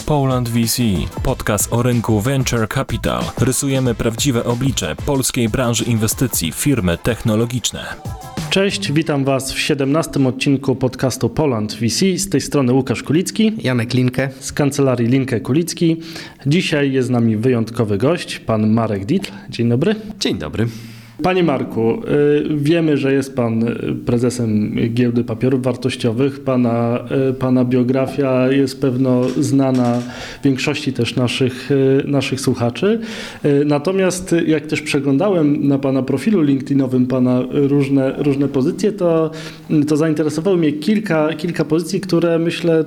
Poland VC, podcast o rynku Venture Capital. Rysujemy prawdziwe oblicze polskiej branży inwestycji w firmy technologiczne. Cześć, witam Was w 17. odcinku podcastu Poland VC. Z tej strony Łukasz Kulicki. Janek Linke. Z kancelarii Linke Kulicki. Dzisiaj jest z nami wyjątkowy gość, pan Marek Dietl. Dzień dobry. Dzień dobry. Panie Marku, wiemy, że jest Pan prezesem Giełdy Papierów Wartościowych. Pana biografia jest pewno znana większości też naszych słuchaczy. Natomiast jak też przeglądałem na Pana profilu LinkedInowym Pana różne pozycje, to zainteresowały mnie kilka pozycji, które myślę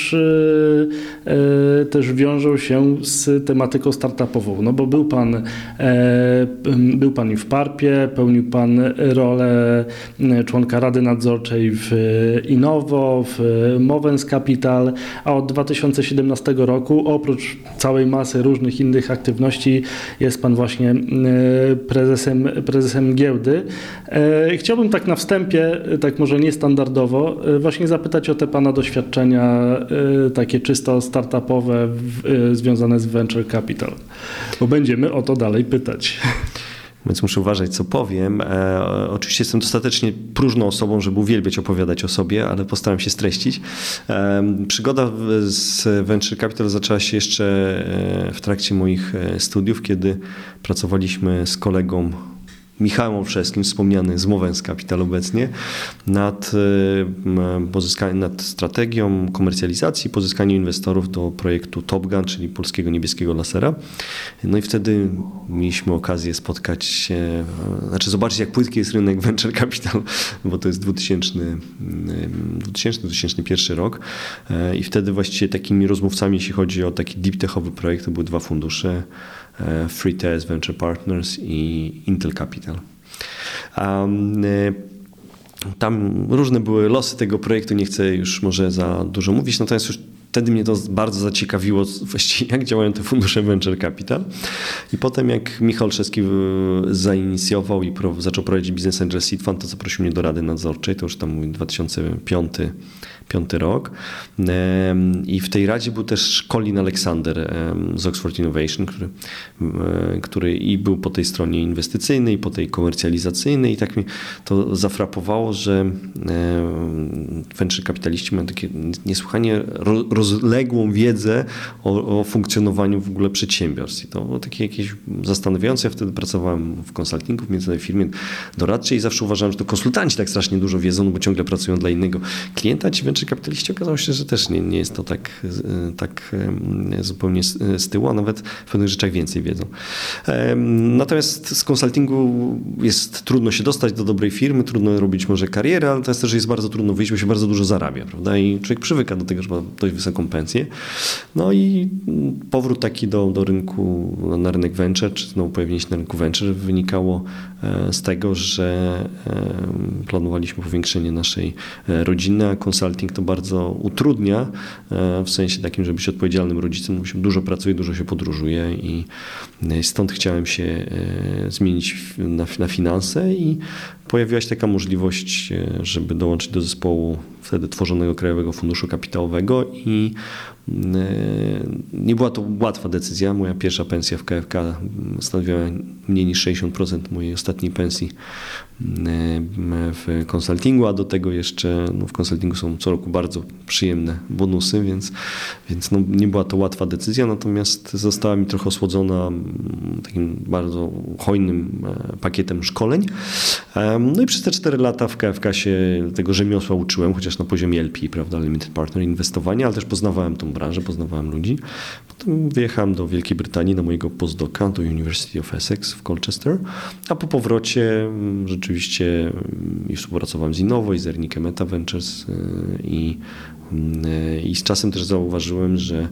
też wiążą się z tematyką startupową. No bo był Pan i w PARP-ie, pełnił Pan rolę członka Rady Nadzorczej w Innovo, w Movens Capital, a od 2017 roku oprócz całej masy różnych innych aktywności jest Pan właśnie prezesem giełdy. Chciałbym tak na wstępie, tak może niestandardowo, właśnie zapytać o te Pana doświadczenia takie czysto startupowe związane z Venture Capital, bo będziemy o to dalej pytać. Więc muszę uważać, co powiem. Oczywiście jestem dostatecznie próżną osobą, żeby uwielbiać opowiadać o sobie, ale postaram się streścić. Przygoda z Venture Capital zaczęła się jeszcze w trakcie moich studiów, kiedy pracowaliśmy z kolegą Michałem Olszewskim, wspomniany z Movens Capital obecnie, nad strategią komercjalizacji, pozyskaniem inwestorów do projektu Top Gun, czyli polskiego niebieskiego lasera. No i wtedy mieliśmy okazję spotkać się, zobaczyć, jak płytki jest rynek Venture Capital, bo to jest 2001 rok. I wtedy właściwie takimi rozmówcami, jeśli chodzi o taki deep techowy projekt, to były dwa fundusze, FreeTS Venture Partners i Intel Capital. Tam różne były losy tego projektu, nie chcę już może za dużo mówić, natomiast już wtedy mnie to bardzo zaciekawiło właściwie, jak działają te fundusze Venture Capital. I potem jak Michał Olszewski zainicjował i zaczął prowadzić Business Angel Seed Fund, to zaprosił mnie do Rady Nadzorczej, to już tam mój 2005 rok. I w tej radzie był też Colin Alexander z Oxford Innovation, który i był po tej stronie inwestycyjnej, i po tej komercjalizacyjnej, i tak mnie to zafrapowało, że venture kapitaliści mają takie niesłychanie rozległą wiedzę o funkcjonowaniu w ogóle przedsiębiorstw. I to było takie jakieś zastanawiające. Ja wtedy pracowałem w konsultingu, w międzynarodowej firmie doradczej i zawsze uważałem, że to konsultanci tak strasznie dużo wiedzą, no bo ciągle pracują dla innego klienta. Ci venture kapitaliści okazało się, że też nie jest to tak zupełnie z tyłu, a nawet w pewnych rzeczach więcej wiedzą. Natomiast z konsultingu jest trudno się dostać do dobrej firmy, trudno robić może karierę, ale to jest też jest bardzo trudno wyjść, bo się bardzo dużo zarabia, prawda? I człowiek przywyka do tego, że ma dość wysoką pensję. No i powrót taki do rynku, na rynek venture, czy znowu pojawienie się na rynku venture wynikało z tego, że planowaliśmy powiększenie naszej rodziny, a consulting to bardzo utrudnia, w sensie takim, żeby być odpowiedzialnym rodzicem, bo się dużo pracuje, dużo się podróżuje i stąd chciałem się zmienić na finanse i pojawiła się taka możliwość, żeby dołączyć do zespołu wtedy tworzonego Krajowego Funduszu Kapitałowego i nie była to łatwa decyzja. Moja pierwsza pensja w KFK stanowiła mniej niż 60% mojej ostatniej pensji w konsultingu, a do tego jeszcze w konsultingu są co roku bardzo przyjemne bonusy, więc nie była to łatwa decyzja, natomiast została mi trochę osłodzona takim bardzo hojnym pakietem szkoleń. No i przez te 4 lata w KFK się tego rzemiosła uczyłem, chociaż na poziomie LP, prawda, Limited Partner, inwestowania, ale też poznawałem tą branżę, poznawałem ludzi. Potem wyjechałem do Wielkiej Brytanii na mojego postdoca do University of Essex w Colchester, a po powrocie rzeczywiście i współpracowałem z Innovo i z Ernikiem Meta Ventures i z czasem też zauważyłem, że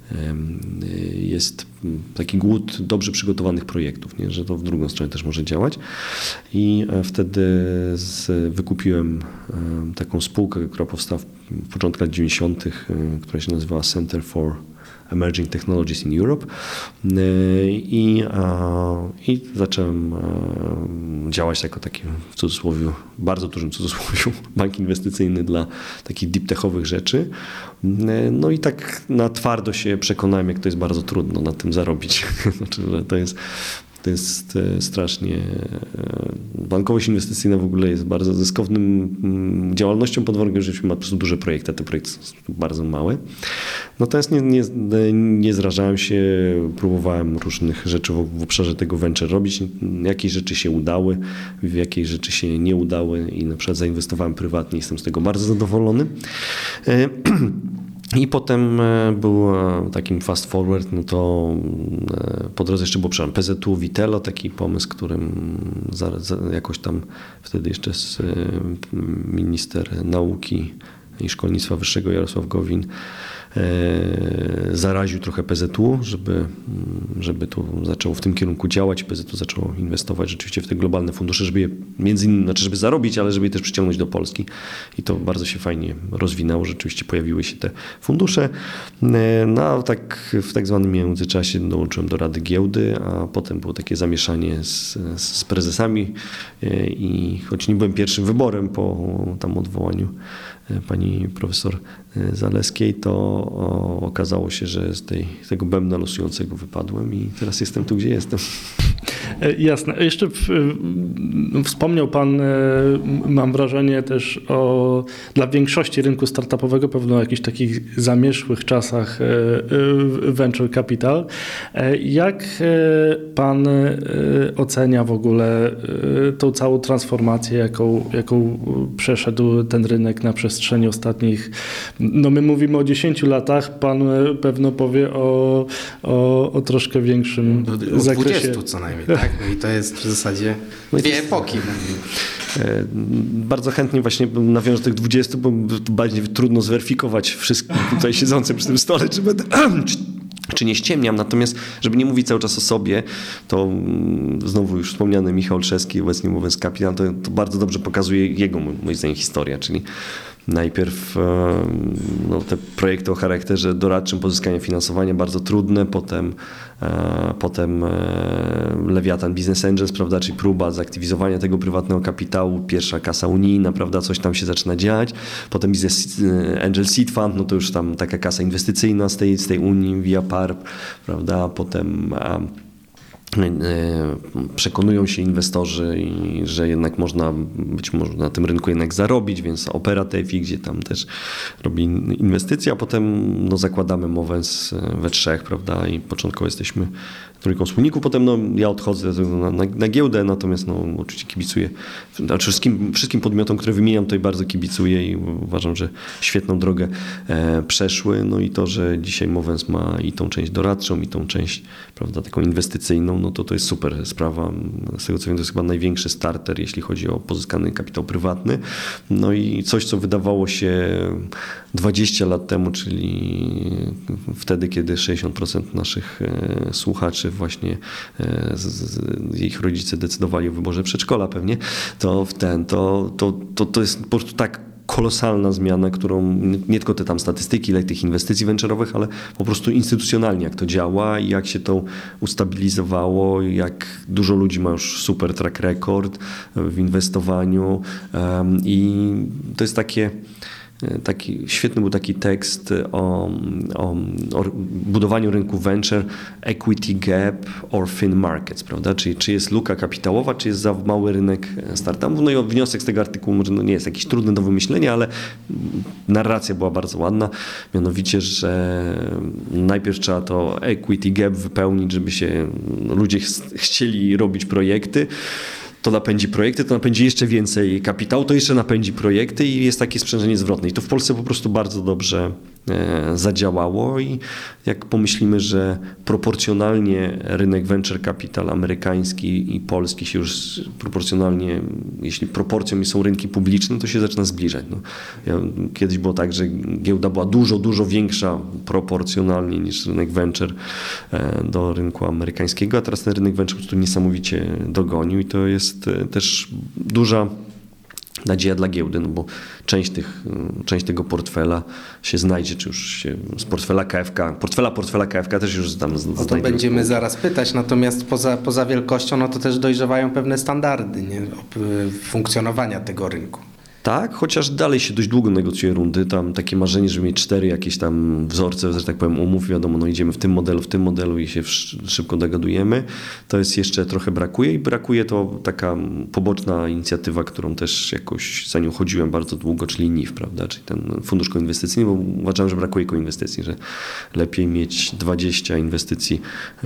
jest taki głód dobrze przygotowanych projektów, nie? Że to w drugą stronę też może działać. I wtedy wykupiłem taką spółkę, która powstała w początku lat 90., która się nazywała Center for Emerging Technologies in Europe i zacząłem działać jako taki, w cudzysłowie, bardzo dużym cudzysłowie, bank inwestycyjny dla takich deep techowych rzeczy. No i tak na twardo się przekonałem, jak to jest bardzo trudno na tym zarobić. Znaczy, że to jest strasznie... Bankowość inwestycyjna w ogóle jest bardzo zyskownym działalnością pod warunkiem, że ma po prostu duże projekty, a te projekty są bardzo małe. Natomiast nie zrażałem się, próbowałem różnych rzeczy w obszarze tego venture robić. Jakieś rzeczy się udały, w jakieś rzeczy się nie udały i na przykład zainwestowałem prywatnie, jestem z tego bardzo zadowolony. I potem był takim fast forward, no to po drodze jeszcze był PZU Vitelo, taki pomysł, którym jakoś tam wtedy jeszcze minister nauki i szkolnictwa wyższego Jarosław Gowin zaraził trochę PZU, żeby tu zaczęło w tym kierunku działać. PZU zaczęło inwestować rzeczywiście w te globalne fundusze, żeby je między innymi, żeby zarobić, ale żeby je też przyciągnąć do Polski. I to bardzo się fajnie rozwinęło. Rzeczywiście pojawiły się te fundusze. No tak w tak zwanym międzyczasie dołączyłem do Rady Giełdy, a potem było takie zamieszanie z prezesami i choć nie byłem pierwszym wyborem po tam odwołaniu pani profesor Zaleskiej, to okazało się, że z tego bębna losującego wypadłem i teraz jestem tu, gdzie jestem. Jasne. Jeszcze wspomniał Pan, mam wrażenie też dla większości rynku startupowego pewno o jakichś takich zamierzchłych czasach venture capital. Jak Pan ocenia w ogóle tą całą transformację, jaką przeszedł ten rynek na przestrzeni ostatnich, no my mówimy o 10 latach, Pan pewno powie o troszkę większym zakresie. 20 co najmniej, tak? No i to jest w zasadzie dwie epoki. Bardzo chętnie właśnie nawiążę do tych 20, bo bardziej trudno zweryfikować wszystkim tutaj siedzącym przy tym stole, czy nie ściemniam. Natomiast, żeby nie mówić cały czas o sobie, to znowu już wspomniany Michał Olszewski, obecnie mówiąc Capital, to bardzo dobrze pokazuje jego, moim zdaniem, historia, czyli najpierw te projekty o charakterze doradczym, pozyskanie finansowania bardzo trudne, potem Lewiatan Business Angels, prawda, czyli próba zaktywizowania tego prywatnego kapitału, pierwsza kasa unijna, prawda, coś tam się zaczyna dziać, potem Business Angel Seed Fund, no to już tam taka kasa inwestycyjna z tej Unii via PARP, prawda, potem przekonują się inwestorzy, że jednak można być może na tym rynku jednak zarobić, więc Opera TFI, gdzie tam też robi inwestycje, a potem zakładamy Movens we trzech, prawda, i początkowo jesteśmy trójką wspólników, potem ja odchodzę na giełdę, natomiast oczywiście kibicuję, znaczy wszystkim podmiotom, które wymieniam, tutaj bardzo kibicuję i uważam, że świetną drogę przeszły, no i to, że dzisiaj Movens ma i tą część doradczą, i tą część, prawda, taką inwestycyjną, no to jest super sprawa. Z tego co wiem, to jest chyba największy starter, jeśli chodzi o pozyskany kapitał prywatny. No i coś, co wydawało się 20 lat temu, czyli wtedy, kiedy 60% naszych słuchaczy właśnie ich rodzice decydowali o wyborze przedszkola pewnie, to jest po prostu tak kolosalna zmiana, którą nie tylko te tam statystyki, ile tych inwestycji venture'owych, ale po prostu instytucjonalnie jak to działa i jak się to ustabilizowało, jak dużo ludzi ma już super track record w inwestowaniu i to jest świetny był taki tekst o budowaniu rynku venture, equity gap or thin markets, prawda? Czyli czy jest luka kapitałowa, czy jest za mały rynek startupów. No i wniosek z tego artykułu może nie jest jakiś trudny do wymyślenia, ale narracja była bardzo ładna. Mianowicie, że najpierw trzeba to equity gap wypełnić, żeby się ludzie chcieli robić projekty. To napędzi projekty, to napędzi jeszcze więcej kapitału, to jeszcze napędzi projekty i jest takie sprzężenie zwrotne. I to w Polsce po prostu bardzo dobrze zadziałało i jak pomyślimy, że proporcjonalnie rynek venture capital amerykański i polski się już proporcjonalnie, jeśli proporcją są rynki publiczne, to się zaczyna zbliżać. Kiedyś było tak, że giełda była dużo większa proporcjonalnie niż rynek venture do rynku amerykańskiego, a teraz ten rynek venture po prostu niesamowicie dogonił i to jest też duża nadzieja dla giełdy, no bo część tego portfela się znajdzie, czy już się z portfela KFK też już tam znajdzie. O to będziemy zaraz pytać, natomiast poza wielkością, no to też dojrzewają pewne standardy, nie? Funkcjonowania tego rynku. Tak, chociaż dalej się dość długo negocjuje rundy. Tam takie marzenie, żeby mieć 4 jakieś tam wzorce, że tak powiem, umów, wiadomo, no idziemy w tym modelu i się szybko dogadujemy. To jest jeszcze trochę brakuje i brakuje to taka poboczna inicjatywa, którą też jakoś za nią chodziłem bardzo długo, czyli NIF, prawda, czyli ten fundusz koinwestycyjny, bo uważałem, że brakuje koinwestycji, że lepiej mieć 20 inwestycji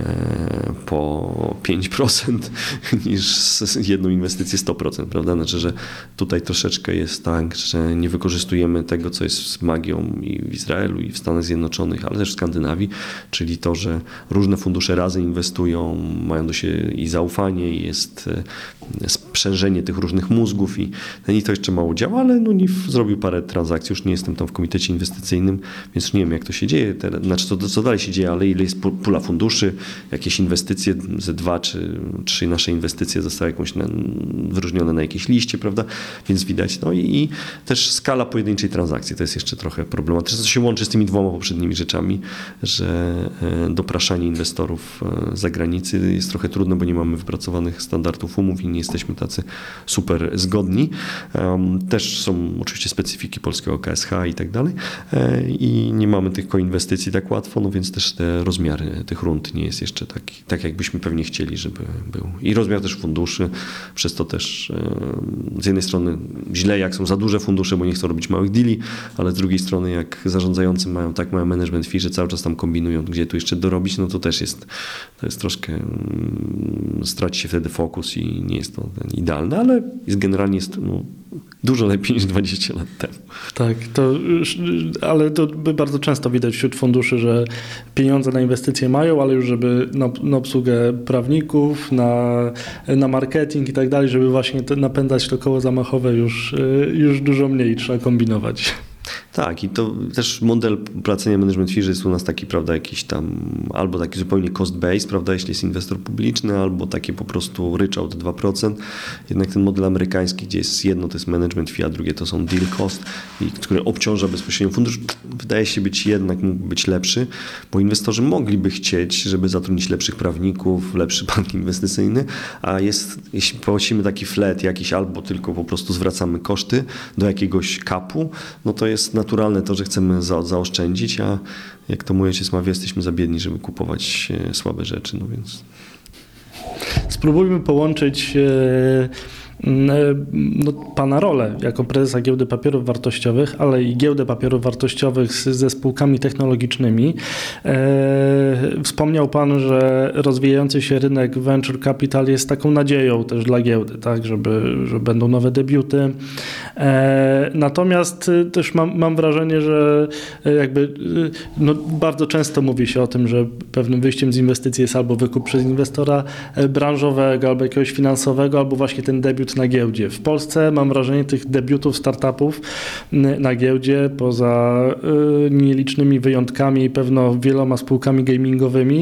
po 5% niż jedną inwestycję 100%, prawda, znaczy, że tutaj troszeczkę jest tak, że nie wykorzystujemy tego, co jest z magią i w Izraelu, i w Stanach Zjednoczonych, ale też w Skandynawii, czyli to, że różne fundusze razem inwestują, mają do siebie i zaufanie, i jest sprzężenie tych różnych mózgów i to jeszcze mało działa, ale no NIF zrobił parę transakcji, już nie jestem tam w komitecie inwestycyjnym, więc nie wiem, jak to się dzieje, znaczy co dalej się dzieje, ale ile jest pula funduszy, jakieś inwestycje, ze 2 czy 3 nasze inwestycje zostały jakąś wyróżnione na jakiejś liście, prawda, więc widać, no i też skala pojedynczej transakcji, to jest jeszcze trochę problematyczne, to się łączy z tymi 2 poprzednimi rzeczami, że dopraszanie inwestorów z zagranicy jest trochę trudne, bo nie mamy wypracowanych standardów umów i nie jesteśmy tacy super zgodni. Też są oczywiście specyfiki polskiego KSH i tak dalej i nie mamy tych koinwestycji tak łatwo, no więc też te rozmiary tych rund nie jest jeszcze tak jakbyśmy pewnie chcieli, żeby był. I rozmiar też funduszy, przez to też z jednej strony źle, jak są za duże fundusze, bo nie chcą robić małych deali, ale z drugiej strony jak zarządzający mają tak mały management fee, że cały czas tam kombinują, gdzie tu jeszcze dorobić, no to też jest troszkę, straci się wtedy fokus i nie jest to idealne, ale generalnie jest dużo lepiej niż 20 lat temu. Tak, ale to bardzo często widać wśród funduszy, że pieniądze na inwestycje mają, ale już żeby na obsługę prawników, na marketing i tak dalej, żeby właśnie napędzać to koło zamachowe już dużo mniej trzeba kombinować. Tak, i to też model płacenia management fee, że jest u nas taki, prawda, jakiś tam albo taki zupełnie cost-based, prawda, jeśli jest inwestor publiczny, albo takie po prostu ryczałt 2%. Jednak ten model amerykański, gdzie jest jedno to jest management fee, a drugie to są deal cost, które obciąża bezpośrednio fundusz, wydaje się mógłby być lepszy, bo inwestorzy mogliby chcieć, żeby zatrudnić lepszych prawników, lepszy bank inwestycyjny, a jeśli płacimy taki flat jakiś albo tylko po prostu zwracamy koszty do jakiegoś kapu, no to jest naturalne to, że chcemy zaoszczędzić, a jak to mój ojciec mawia, jesteśmy za biedni, żeby kupować słabe rzeczy, no więc... Spróbujmy połączyć pana rolę jako prezesa Giełdy Papierów Wartościowych, ale i Giełdę Papierów Wartościowych ze spółkami technologicznymi. Wspomniał pan, że rozwijający się rynek venture capital jest taką nadzieją też dla giełdy, tak, że będą nowe debiuty. Natomiast też mam wrażenie, że jakby bardzo często mówi się o tym, że pewnym wyjściem z inwestycji jest albo wykup przez inwestora branżowego, albo jakiegoś finansowego, albo właśnie ten debiut na giełdzie. W Polsce mam wrażenie tych debiutów startupów na giełdzie, poza nielicznymi wyjątkami, pewno wieloma spółkami gamingowymi,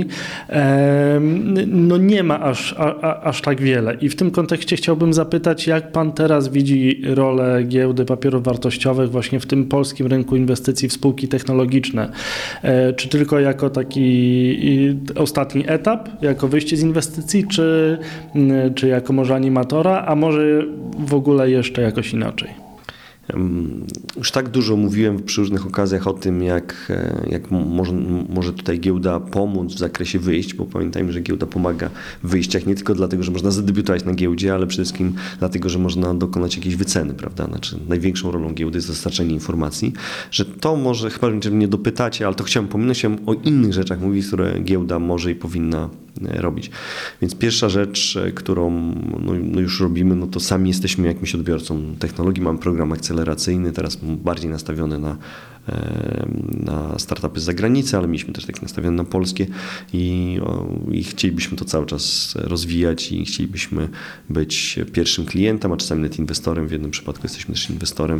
nie ma aż tak wiele. I w tym kontekście chciałbym zapytać, jak pan teraz widzi rolę Giełdy Papierów Wartościowych właśnie w tym polskim rynku inwestycji w spółki technologiczne? Czy tylko jako taki ostatni etap, jako wyjście z inwestycji, czy jako może animatora, a może w ogóle jeszcze jakoś inaczej? Już tak dużo mówiłem przy różnych okazjach o tym, jak może tutaj giełda pomóc w zakresie wyjść, bo pamiętajmy, że giełda pomaga w wyjściach nie tylko dlatego, że można zadebiutować na giełdzie, ale przede wszystkim dlatego, że można dokonać jakiejś wyceny, prawda? Znaczy, największą rolą giełdy jest dostarczanie informacji, że to może, chyba mnie dopytacie, ale to chciałem pominąć, o innych rzeczach mówić, które giełda może i powinna robić. Więc pierwsza rzecz, którą już robimy, to sami jesteśmy jakimś odbiorcą technologii, mamy program akceleracyjny, teraz bardziej nastawiony na startupy z zagranicy, ale mieliśmy też taki nastawiony na polskie i chcielibyśmy to cały czas rozwijać i chcielibyśmy być pierwszym klientem, a czasami nawet inwestorem. W jednym przypadku jesteśmy też inwestorem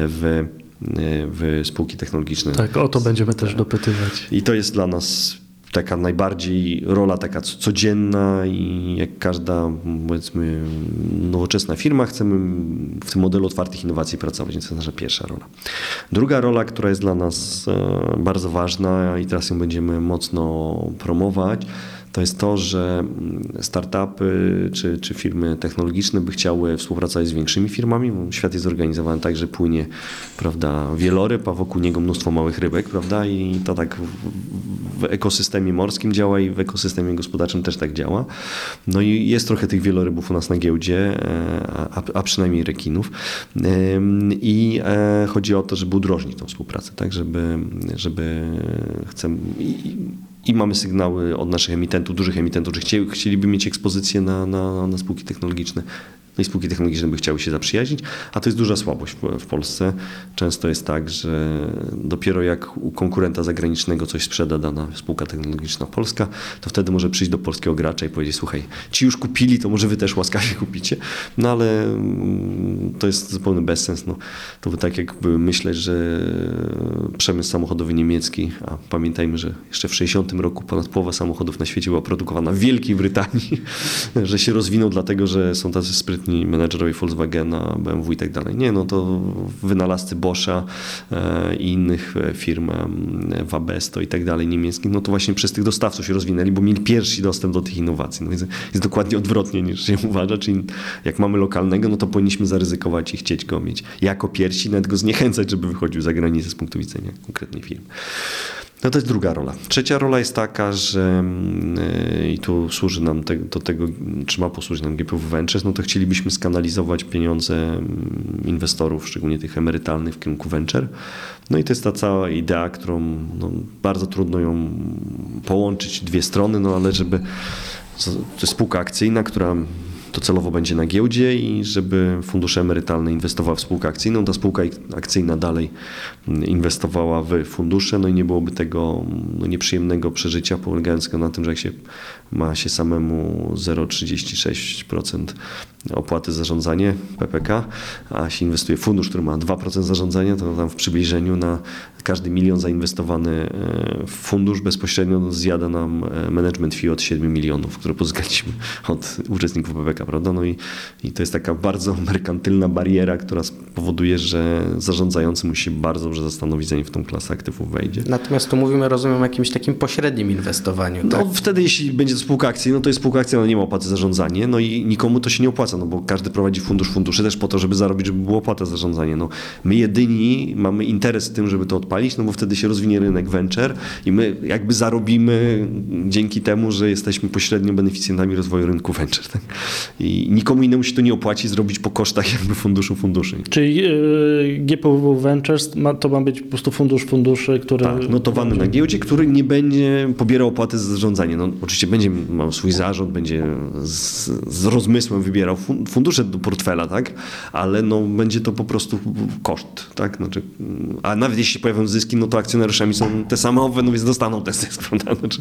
w spółki technologiczne. Tak, o to będziemy też dopytywać. I to jest dla nas taka najbardziej rola taka codzienna i jak każda, powiedzmy, nowoczesna firma chcemy w tym modelu otwartych innowacji pracować, więc to jest nasza pierwsza rola. Druga rola, która jest dla nas bardzo ważna i teraz ją będziemy mocno promować, to jest to, że startupy czy firmy technologiczne by chciały współpracować z większymi firmami, bo świat jest zorganizowany tak, że płynie, prawda, wieloryb, a wokół niego mnóstwo małych rybek, prawda, i to tak w ekosystemie morskim działa i w ekosystemie gospodarczym też tak działa. No i jest trochę tych wielorybów u nas na giełdzie, a przynajmniej rekinów. I chodzi o to, żeby udrożnić tą współpracę, tak, żeby chcemy... I mamy sygnały od naszych emitentów, dużych emitentów, że chcieliby mieć ekspozycję na spółki technologiczne. No i spółki technologiczne by chciały się zaprzyjaźnić, a to jest duża słabość w Polsce. Często jest tak, że dopiero jak u konkurenta zagranicznego coś sprzeda dana spółka technologiczna polska, to wtedy może przyjść do polskiego gracza i powiedzieć: słuchaj, ci już kupili, to może wy też łaskawie kupicie. No ale to jest zupełny bezsens. No, to by tak jakby myśleć, że przemysł samochodowy niemiecki, a pamiętajmy, że jeszcze w 60 roku ponad połowa samochodów na świecie była produkowana w Wielkiej Brytanii, że się rozwinął dlatego, że są tacy sprytni menedżerowie Volkswagena, BMW i tak dalej. Nie, no to wynalazcy Boscha i innych firm, Wabesto i tak dalej niemieckich, no to właśnie przez tych dostawców się rozwinęli, bo mieli pierwszy dostęp do tych innowacji. No więc jest dokładnie odwrotnie niż się uważa, czyli jak mamy lokalnego, no to powinniśmy zaryzykować i chcieć go mieć jako pierwsi, nawet go zniechęcać, żeby wychodził za granicę z punktu widzenia konkretnej firmy. No to jest druga rola. Trzecia rola jest taka, że i tu służy nam do tego, czy ma posłużyć nam GPW Ventures, no to chcielibyśmy skanalizować pieniądze inwestorów, szczególnie tych emerytalnych, w kierunku venture. No i to jest ta cała idea, którą no, bardzo trudno ją połączyć dwie strony, no ale żeby to jest spółka akcyjna, która docelowo będzie na giełdzie i żeby fundusze emerytalne inwestowały w spółkę akcyjną, ta spółka akcyjna dalej inwestowała w fundusze, no i nie byłoby tego nieprzyjemnego przeżycia polegającego na tym, że jak się ma się samemu 0,36% opłaty za zarządzanie PPK, a się inwestuje w fundusz, który ma 2% zarządzania, to tam w przybliżeniu na każdy milion zainwestowany w fundusz bezpośrednio zjada nam management fee od 7 milionów, które pozyskaliśmy od uczestników PPK, prawda? No i to jest taka bardzo merkantylna bariera, która spowoduje, że zarządzający musi się bardzo dobrze zastanowić, zanim w tą klasę aktywów wejdzie. Natomiast tu mówimy, rozumiem, o jakimś takim pośrednim inwestowaniu, tak? No wtedy, jeśli będzie to spółka akcyjna, no to jest spółka akcyjna, nie ma opłaty za zarządzanie, no i nikomu to się nie opłaca, no bo każdy prowadzi fundusze też po to, żeby zarobić, żeby była opłata za zarządzanie. No, my jedyni mamy interes w tym, żeby to odpalić, no bo wtedy się rozwinie rynek venture i my jakby zarobimy dzięki temu, że jesteśmy pośrednio beneficjentami rozwoju rynku venture. Tak? I nikomu innemu się to nie opłaci zrobić po kosztach jakby funduszy. Czyli GPW Ventures to ma być po prostu fundusz funduszy, który... Tak, notowany na giełdzie, który nie będzie pobierał opłaty za zarządzanie. No, oczywiście będzie miał swój zarząd, będzie z rozmysłem wybierał fundusze do portfela, tak? Ale no, będzie to po prostu koszt. Tak? Znaczy, a nawet jeśli się pojawią zyski, no to akcjonariuszami są te same, no więc dostaną ten zysk. Prawda? Znaczy,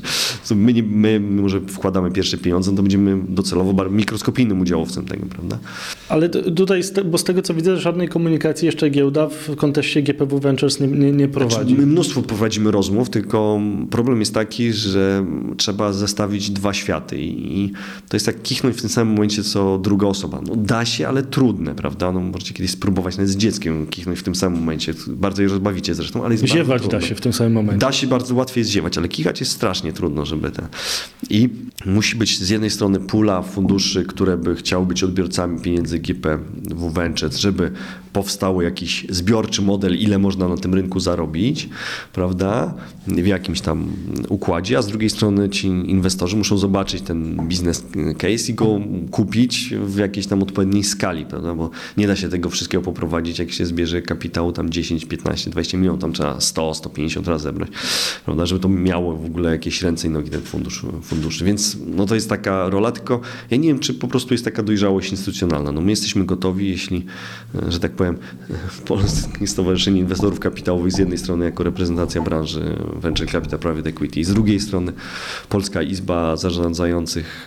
my może wkładamy pierwsze pieniądze, no to będziemy docelowo mikroskopijnym udziałowcem tego, prawda? Ale tutaj, bo z tego co widzę, żadnej komunikacji jeszcze giełda w kontekście GPW Ventures nie prowadzi. Znaczy, my mnóstwo prowadzimy rozmów, tylko problem jest taki, że trzeba zestawić dwa światy i to jest tak kichnąć w tym samym momencie, co druga osoba. No, da się, ale trudne, prawda? No, możecie kiedyś spróbować nawet z dzieckiem kichnąć w tym samym momencie. Bardzo je rozbawicie zresztą, ale jest ziewać da się w tym samym momencie. Da się, bardzo łatwiej jest ziewać, ale kichać jest strasznie trudno, żeby I musi być z jednej strony pula funduszy, które by chciały być odbiorcami pieniędzy GPW Ventures, żeby powstał jakiś zbiorczy model, ile można na tym rynku zarobić, prawda? W jakimś tam układzie, a z drugiej strony ci inwestorzy muszą zobaczyć ten biznes case i go kupić w jakiejś tam odpowiedniej skali, prawda? Bo nie da się tego wszystkiego poprowadzić, jak się zbierze kapitału tam 10, 15, 20 milionów, tam trzeba 100, 150 razy zebrać, prawda? Żeby to miało w ogóle jakieś ręce i nogi ten funduszy. Więc no to jest taka rola, tylko ja nie wiem, czy po prostu jest taka dojrzałość instytucjonalna. No my jesteśmy gotowi, jeśli, że tak powiem, Polskie Stowarzyszenie Inwestorów Kapitałowych z jednej strony jako reprezentacja branży Venture Capital Private Equity i z drugiej strony Polska Izba Zarządzających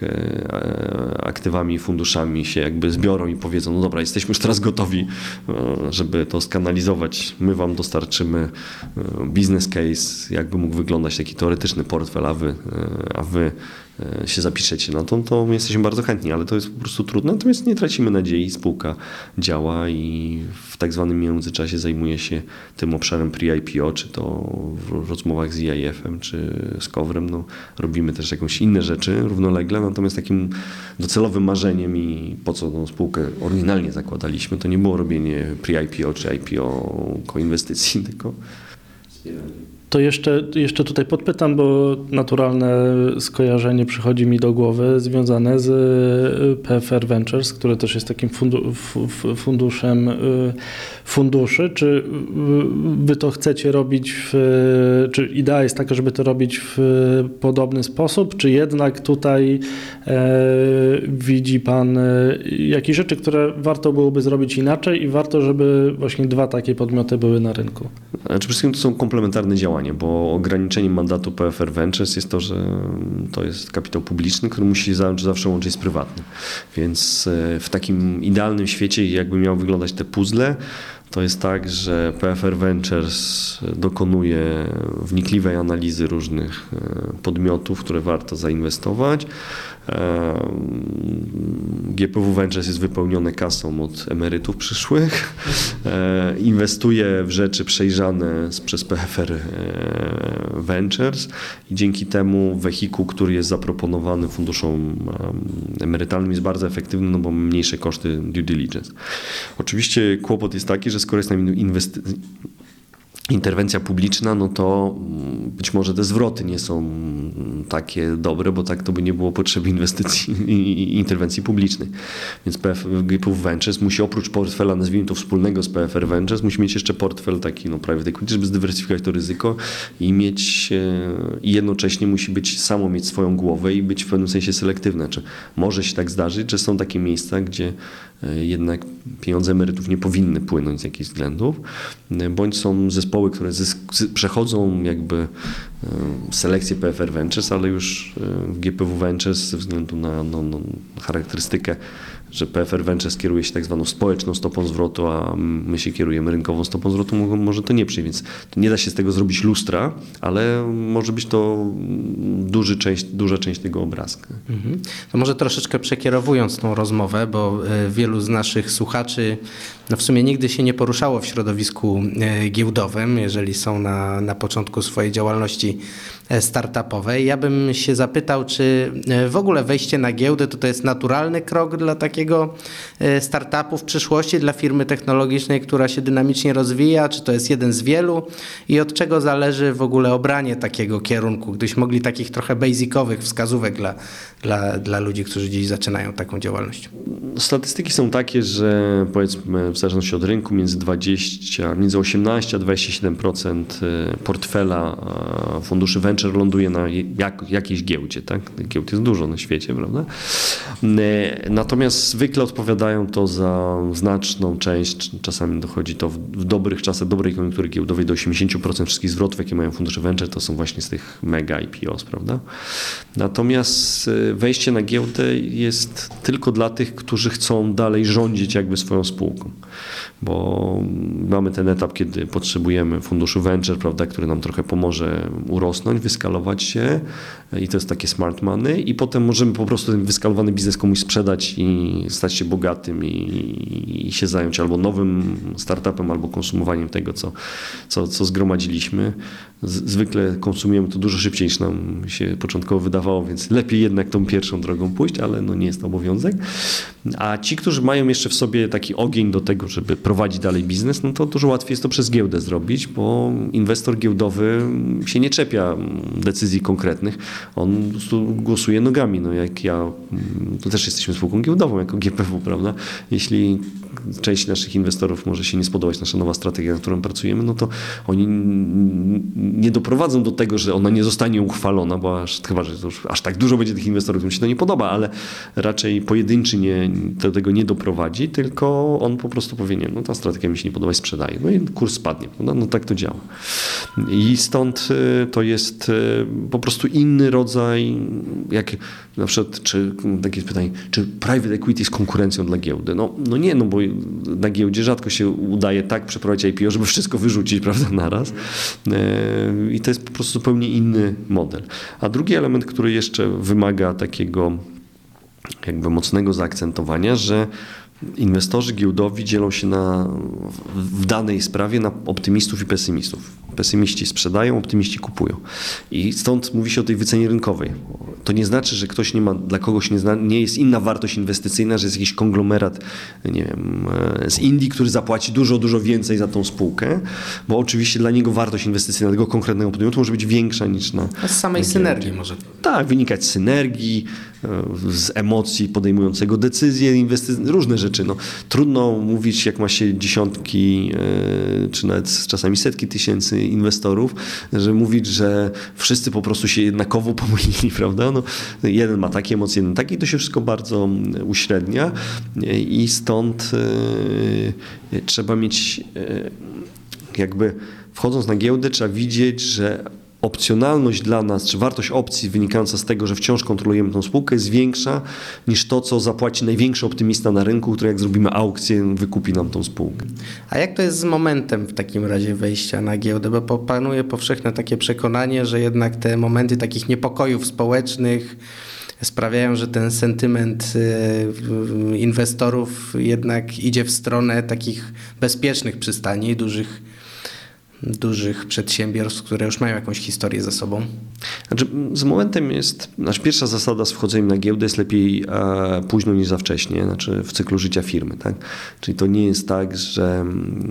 aktywami i funduszami się jakby zbiorą i powiedzą, no dobra, jesteśmy już teraz gotowi, żeby to skanalizować, my wam dostarczymy business case, jakby mógł wyglądać taki teoretyczny portfel, a wy się zapiszecie na to my jesteśmy bardzo chętni, ale to jest po prostu trudne, natomiast nie tracimy nadziei, spółka działa i w tak zwanym międzyczasie zajmuje się tym obszarem pre-IPO, czy to w rozmowach z EIF-em, czy z Kowrem, robimy też jakieś inne rzeczy równolegle, natomiast takim docelowym marzeniem i po co spółkę oryginalnie zakładaliśmy, to nie było robienie pre-IPO czy IPO koinwestycji, tylko To jeszcze tutaj podpytam, bo naturalne skojarzenie przychodzi mi do głowy związane z PFR Ventures, który też jest takim funduszem funduszy. Czy wy to chcecie robić, czy idea jest taka, żeby to robić w podobny sposób, czy jednak tutaj widzi pan jakieś rzeczy, które warto byłoby zrobić inaczej i warto, żeby właśnie dwa takie podmioty były na rynku? Przede wszystkim to są komplementarne działania, bo ograniczeniem mandatu PFR Ventures jest to, że to jest kapitał publiczny, który musi zawsze łączyć z prywatnym. Więc w takim idealnym świecie, jakby miało wyglądać te puzzle, to jest tak, że PFR Ventures dokonuje wnikliwej analizy różnych podmiotów, w które warto zainwestować. GPW Ventures jest wypełnione kasą od emerytów przyszłych. Inwestuje w rzeczy przejrzane przez PFR Ventures i dzięki temu wehikuł, który jest zaproponowany funduszom emerytalnym, jest bardzo efektywny, no bo ma mniejsze koszty due diligence. Oczywiście kłopot jest taki, że skoro jest nam interwencja publiczna, no to być może te zwroty nie są takie dobre, bo tak to by nie było potrzeby inwestycji i interwencji publicznej. Więc GPW Ventures musi oprócz portfela, nazwijmy to wspólnego z PFR Ventures, musi mieć jeszcze portfel taki private equity, żeby zdywersyfikować to ryzyko i jednocześnie musi mieć swoją głowę i być w pewnym sensie selektywne. Czy może się tak zdarzyć, że są takie miejsca, gdzie jednak pieniądze emerytów nie powinny płynąć z jakichś względów, bądź są zespoły, które przechodzą jakby selekcję PFR Ventures, ale już w GPW Ventures ze względu na charakterystykę, że PFR Ventures kieruje się tak zwaną społeczną stopą zwrotu, a my się kierujemy rynkową stopą zwrotu, może to nie przyjść, więc nie da się z tego zrobić lustra, ale może być to duża część tego obrazka. To może troszeczkę przekierowując tą rozmowę, bo wielu z naszych słuchaczy w sumie nigdy się nie poruszało w środowisku giełdowym, jeżeli są na początku swojej działalności startupowej. Ja bym się zapytał, czy w ogóle wejście na giełdę to jest naturalny krok dla takiego startupu w przyszłości, dla firmy technologicznej, która się dynamicznie rozwija, czy to jest jeden z wielu i od czego zależy w ogóle obranie takiego kierunku, gdybyśmy mogli takich trochę basicowych wskazówek dla ludzi, którzy dziś zaczynają taką działalność. Statystyki są takie, że powiedzmy w zależności od rynku między 18 a 27% portfela funduszy venture ląduje na jakiejś giełdzie. Tak? Giełd jest dużo na świecie, prawda? Natomiast zwykle odpowiadają to za znaczną część, czasami dochodzi to w dobrych czasach, dobrej koniunktury giełdowej do 80% wszystkich zwrotów, jakie mają fundusze venture, to są właśnie z tych mega IPOs, prawda? Natomiast wejście na giełdę jest tylko dla tych, którzy chcą dalej rządzić jakby swoją spółką, bo mamy ten etap, kiedy potrzebujemy funduszu venture, prawda, który nam trochę pomoże urosnąć, wyskalować się i to jest takie smart money i potem możemy po prostu ten wyskalowany biznes komuś sprzedać i stać się bogatym i się zająć albo nowym startupem, albo konsumowaniem tego, co zgromadziliśmy. Zwykle konsumujemy to dużo szybciej, niż nam się początkowo wydawało, więc lepiej jednak tą pierwszą drogą pójść, ale nie jest to obowiązek. A ci, którzy mają jeszcze w sobie taki ogień do tego, żeby prowadzić dalej biznes, no to dużo łatwiej jest to przez giełdę zrobić, bo inwestor giełdowy się nie czepia decyzji konkretnych, on po prostu głosuje nogami. No jak ja, to też jesteśmy spółką giełdową jako GPW, prawda? Jeśli część naszych inwestorów może się nie spodobać nasza nowa strategia, nad którą pracujemy, no to oni nie doprowadzą do tego, że ona nie zostanie uchwalona, bo chyba, że to już aż tak dużo będzie tych inwestorów, którym się to nie podoba, ale raczej pojedynczy do tego nie doprowadzi, tylko on po prostu powie, nie, no ta strategia mi się nie podoba i sprzedaje. No i kurs spadnie, prawda? No tak to działa. I stąd to jest po prostu inny rodzaj, jak na przykład, takie pytanie, czy private equity jest konkurencją dla giełdy? No nie, bo na giełdzie rzadko się udaje tak przeprowadzić IPO, żeby wszystko wyrzucić, prawda, naraz. I to jest po prostu zupełnie inny model. A drugi element, który jeszcze wymaga takiego jakby mocnego zaakcentowania, że inwestorzy giełdowi dzielą się w danej sprawie na optymistów i pesymistów. Pesymiści sprzedają, optymiści kupują. I stąd mówi się o tej wycenie rynkowej. To nie znaczy, że ktoś dla kogoś nie jest inna wartość inwestycyjna, że jest jakiś konglomerat, nie wiem, z Indii, który zapłaci dużo, dużo więcej za tą spółkę, bo oczywiście dla niego wartość inwestycyjna tego konkretnego podmiotu może być większa niż na... A z samej synergii może. Tak, wynikać z synergii, z emocji podejmującego decyzje, różne rzeczy. Trudno mówić, jak ma się dziesiątki, czy nawet czasami setki tysięcy inwestorów, że mówić, że wszyscy po prostu się jednakowo pomylili, prawda? Jeden ma takie emocje, jeden takie i to się wszystko bardzo uśrednia i stąd trzeba mieć jakby wchodząc na giełdę trzeba widzieć, że opcjonalność dla nas, czy wartość opcji wynikająca z tego, że wciąż kontrolujemy tą spółkę jest większa niż to, co zapłaci największy optymista na rynku, który jak zrobimy aukcję, wykupi nam tą spółkę. A jak to jest z momentem w takim razie wejścia na giełdę? Bo panuje powszechne takie przekonanie, że jednak te momenty takich niepokojów społecznych sprawiają, że ten sentyment inwestorów jednak idzie w stronę takich bezpiecznych przystani, dużych przedsiębiorstw, które już mają jakąś historię za sobą. Z momentem pierwsza zasada z wchodzeniem na giełdę jest lepiej późno niż za wcześnie, w cyklu życia firmy. Tak? Czyli to nie jest tak, że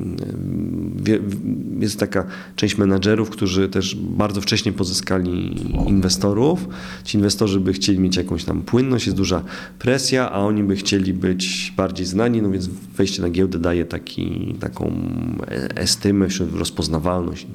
jest taka część menadżerów, którzy też bardzo wcześnie pozyskali inwestorów. Ci inwestorzy by chcieli mieć jakąś tam płynność, jest duża presja, a oni by chcieli być bardziej znani, więc wejście na giełdę daje taką estymę, rozpoznawalność.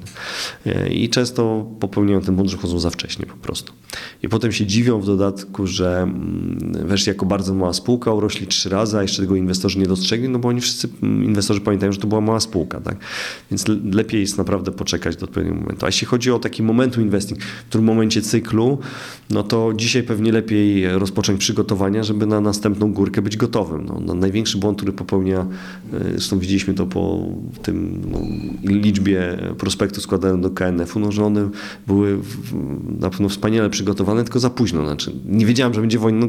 I często popełniają ten błąd, że chodzą za wcześnie po prostu. I potem się dziwią w dodatku, że weszli jako bardzo mała spółka, urośli 3 razy, a jeszcze tego inwestorzy nie dostrzegli, bo oni wszyscy inwestorzy pamiętają, że to była mała spółka. Tak? Więc lepiej jest naprawdę poczekać do odpowiedniego momentu. A jeśli chodzi o taki momentum investing, w którym momencie cyklu, to dzisiaj pewnie lepiej rozpocząć przygotowania, żeby na następną górkę być gotowym. Największy błąd, który popełnia, zresztą widzieliśmy to po tym liczbie prospektu składanym do KNF-u, że one były na pewno wspaniale przygotowane, tylko za późno. Nie wiedziałem, że będzie wojna,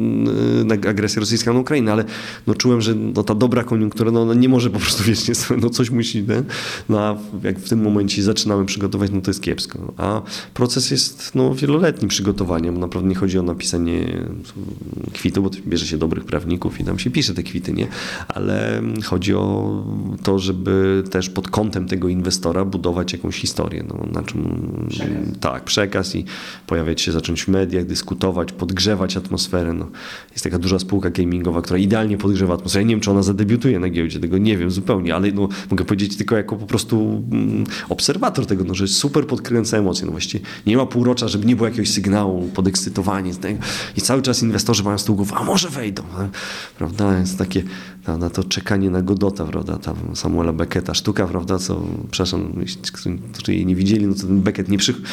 agresja rosyjska na Ukrainę, ale czułem, że ta dobra koniunktura, ona nie może po prostu wiecznie, coś musi, a jak w tym momencie zaczynamy przygotować, to jest kiepsko. A proces jest wieloletnim przygotowaniem. Naprawdę nie chodzi o napisanie kwitu, bo bierze się dobrych prawników i tam się pisze te kwity, nie? Ale chodzi o to, żeby też pod kątem tego inwestora budować jakąś historię. Na czym, przekaz i pojawiać się, zacząć w mediach, dyskutować, podgrzewać atmosferę. Jest taka duża spółka gamingowa, która idealnie podgrzewa atmosferę. Ja nie wiem, czy ona zadebiutuje na giełdzie, tego nie wiem zupełnie, ale mogę powiedzieć tylko jako po prostu obserwator tego, że super podkręca emocje. Właściwie nie ma półrocza, żeby nie było jakiegoś sygnału, podekscytowanie i cały czas inwestorzy mają z tyłu głowy, a może wejdą, prawda? Jest takie na to czekanie na Godota, prawda? Tam Samuela Becketa sztuka, prawda? Co, przepraszam, którzy jej nie widzieli, to ten Beckett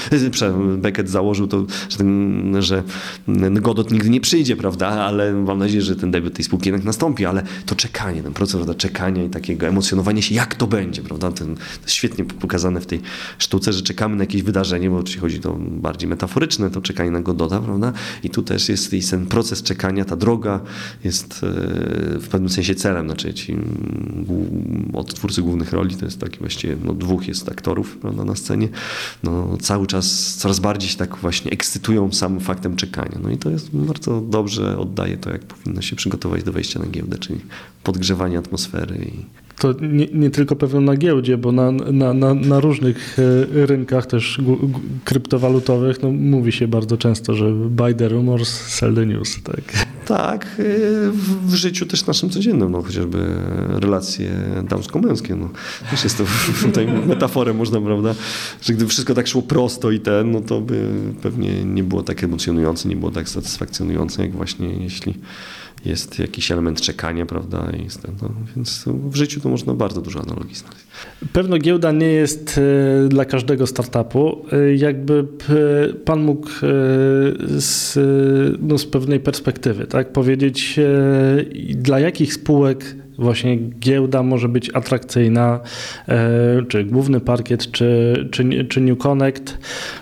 Beckett założył to, że Godot nigdy nie przyjdzie, prawda? Ale mam nadzieję, że ten debiut tej spółki jednak nastąpi, ale to czekanie, ten proces, prawda? Czekania i takiego emocjonowania się, jak to będzie, prawda? To jest świetnie pokazane w tej sztuce, że czekamy na jakieś wydarzenie, bo oczywiście chodzi to bardziej metaforyczne, to czekanie na Godota, prawda? I tu też jest ten proces czekania, ta droga jest w pewnym sensie celem, ci odtwórcy głównych roli, to jest taki właściwie, 2 jest aktorów, prawda, na scenie, cały czas coraz bardziej się tak właśnie ekscytują samym faktem czekania. I to jest bardzo dobrze oddaje to, jak powinno się przygotować do wejścia na giełdę, czyli podgrzewanie atmosfery. To nie tylko pewnie na giełdzie, bo na różnych rynkach też kryptowalutowych mówi się bardzo często, że buy the rumors, sell the news. Tak, w życiu też naszym codziennym, chociażby relacje damsko-męskie. Też jest to tutaj metaforę można, prawda, że gdyby wszystko tak szło prosto to by pewnie nie było tak emocjonujące, nie było tak satysfakcjonujące, jak właśnie jeśli jest jakiś element czekania, prawda? Więc w życiu to można bardzo dużo analogii znaleźć. Pewno giełda nie jest dla każdego startupu. Jakby pan mógł z pewnej perspektywy, tak, powiedzieć, dla jakich spółek właśnie giełda może być atrakcyjna, czy główny parkiet, czy New Connect.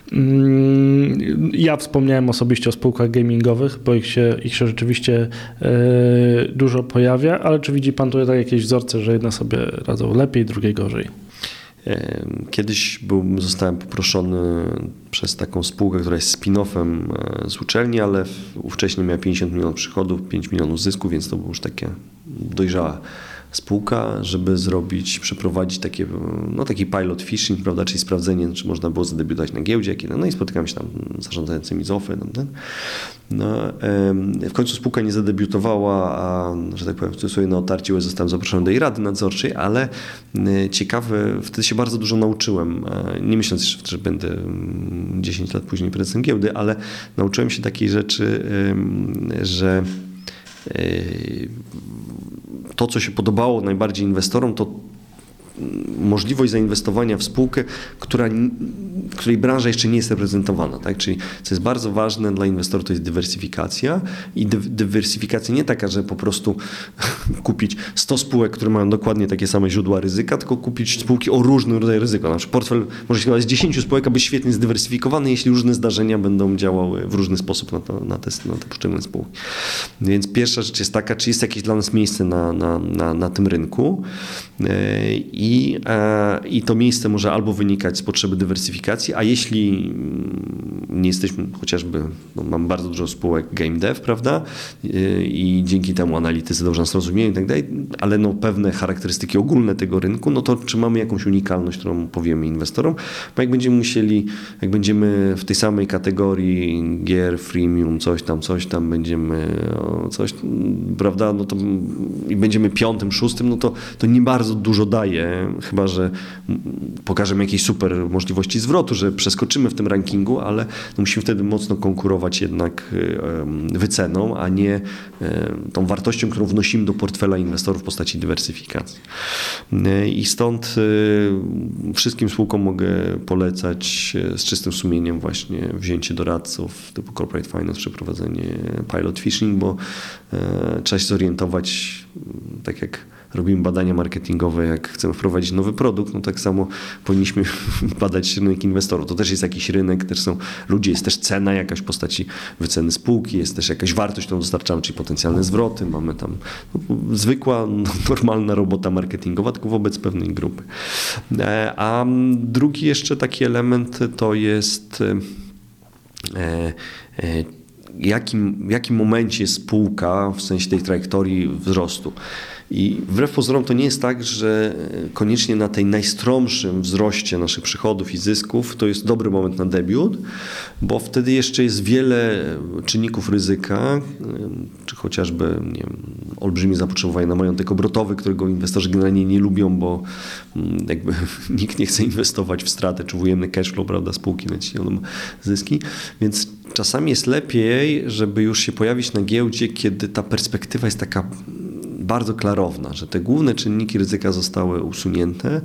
Ja wspomniałem osobiście o spółkach gamingowych, bo ich się rzeczywiście dużo pojawia, ale czy widzi pan tutaj jakieś wzorce, że jedne sobie radzą lepiej, drugie gorzej? Kiedyś zostałem poproszony przez taką spółkę, która jest spin-offem z uczelni, ale ówcześnie miała 50 milionów przychodów, 5 milionów zysku, więc to była już taka dojrzała spółka, żeby przeprowadzić taki pilot phishing, prawda, czyli sprawdzenie, czy można było zadebiutować na giełdzie, no i spotykałem się tam z zarządzającymi z OFE. W końcu spółka nie zadebiutowała, a że tak powiem, w cudzysłowie na otarcie zostałem zaproszony do jej rady nadzorczej, ale ciekawe, wtedy się bardzo dużo nauczyłem, nie myśląc, że będę 10 lat później prezesem giełdy, ale nauczyłem się takiej rzeczy, że to, co się podobało najbardziej inwestorom, to możliwość zainwestowania w spółkę, której branża jeszcze nie jest reprezentowana. Tak? Czyli co jest bardzo ważne dla inwestorów, to jest dywersyfikacja i dywersyfikacja nie taka, że po prostu kupić 100 spółek, które mają dokładnie takie same źródła ryzyka, tylko kupić spółki o różnym rodzaju ryzyko. Na przykład portfel może się składać z 10 spółek, aby świetnie zdywersyfikowany, jeśli różne zdarzenia będą działały w różny sposób na te poszczególne spółki. Więc pierwsza rzecz jest taka, czy jest jakieś dla nas miejsce na tym rynku i to miejsce może albo wynikać z potrzeby dywersyfikacji, a jeśli nie jesteśmy chociażby, mamy bardzo dużo spółek game dev, prawda, i dzięki temu analitycy dobrze nas rozumieją i tak dalej, ale pewne charakterystyki ogólne tego rynku, no to czy mamy jakąś unikalność, którą powiemy inwestorom, bo jak będziemy w tej samej kategorii gier, freemium, coś tam będziemy prawda, no to i będziemy 5., 6., no to nie bardzo dużo daje, chyba że pokażemy jakieś super możliwości zwrotu, że przeskoczymy w tym rankingu, ale musimy wtedy mocno konkurować jednak wyceną, a nie tą wartością, którą wnosimy do portfela inwestorów w postaci dywersyfikacji. I stąd wszystkim spółkom mogę polecać z czystym sumieniem właśnie wzięcie doradców typu corporate finance, przeprowadzenie pilot phishing, bo trzeba się zorientować, tak jak robimy badania marketingowe, jak chcemy wprowadzić nowy produkt, no tak samo powinniśmy badać rynek inwestorów. To też jest jakiś rynek, też są ludzie, jest też cena jakaś w postaci wyceny spółki, jest też jakaś wartość, którą dostarczamy, czyli potencjalne zwroty. Mamy tam zwykła, normalna robota marketingowa, tylko wobec pewnej grupy. A drugi jeszcze taki element to jest w jakim momencie jest spółka w sensie tej trajektorii wzrostu. I wbrew pozorom to nie jest tak, że koniecznie na tej najstromszym wzroście naszych przychodów i zysków to jest dobry moment na debiut, bo wtedy jeszcze jest wiele czynników ryzyka, czy chociażby olbrzymie zapotrzebowanie na majątek obrotowy, którego inwestorzy generalnie nie lubią, bo jakby nikt nie chce inwestować w stratę, czy w ujemny cash flow, prawda, spółki naciśnioną zyski, więc czasami jest lepiej, żeby już się pojawić na giełdzie, kiedy ta perspektywa jest taka bardzo klarowna, że te główne czynniki ryzyka zostały usunięte,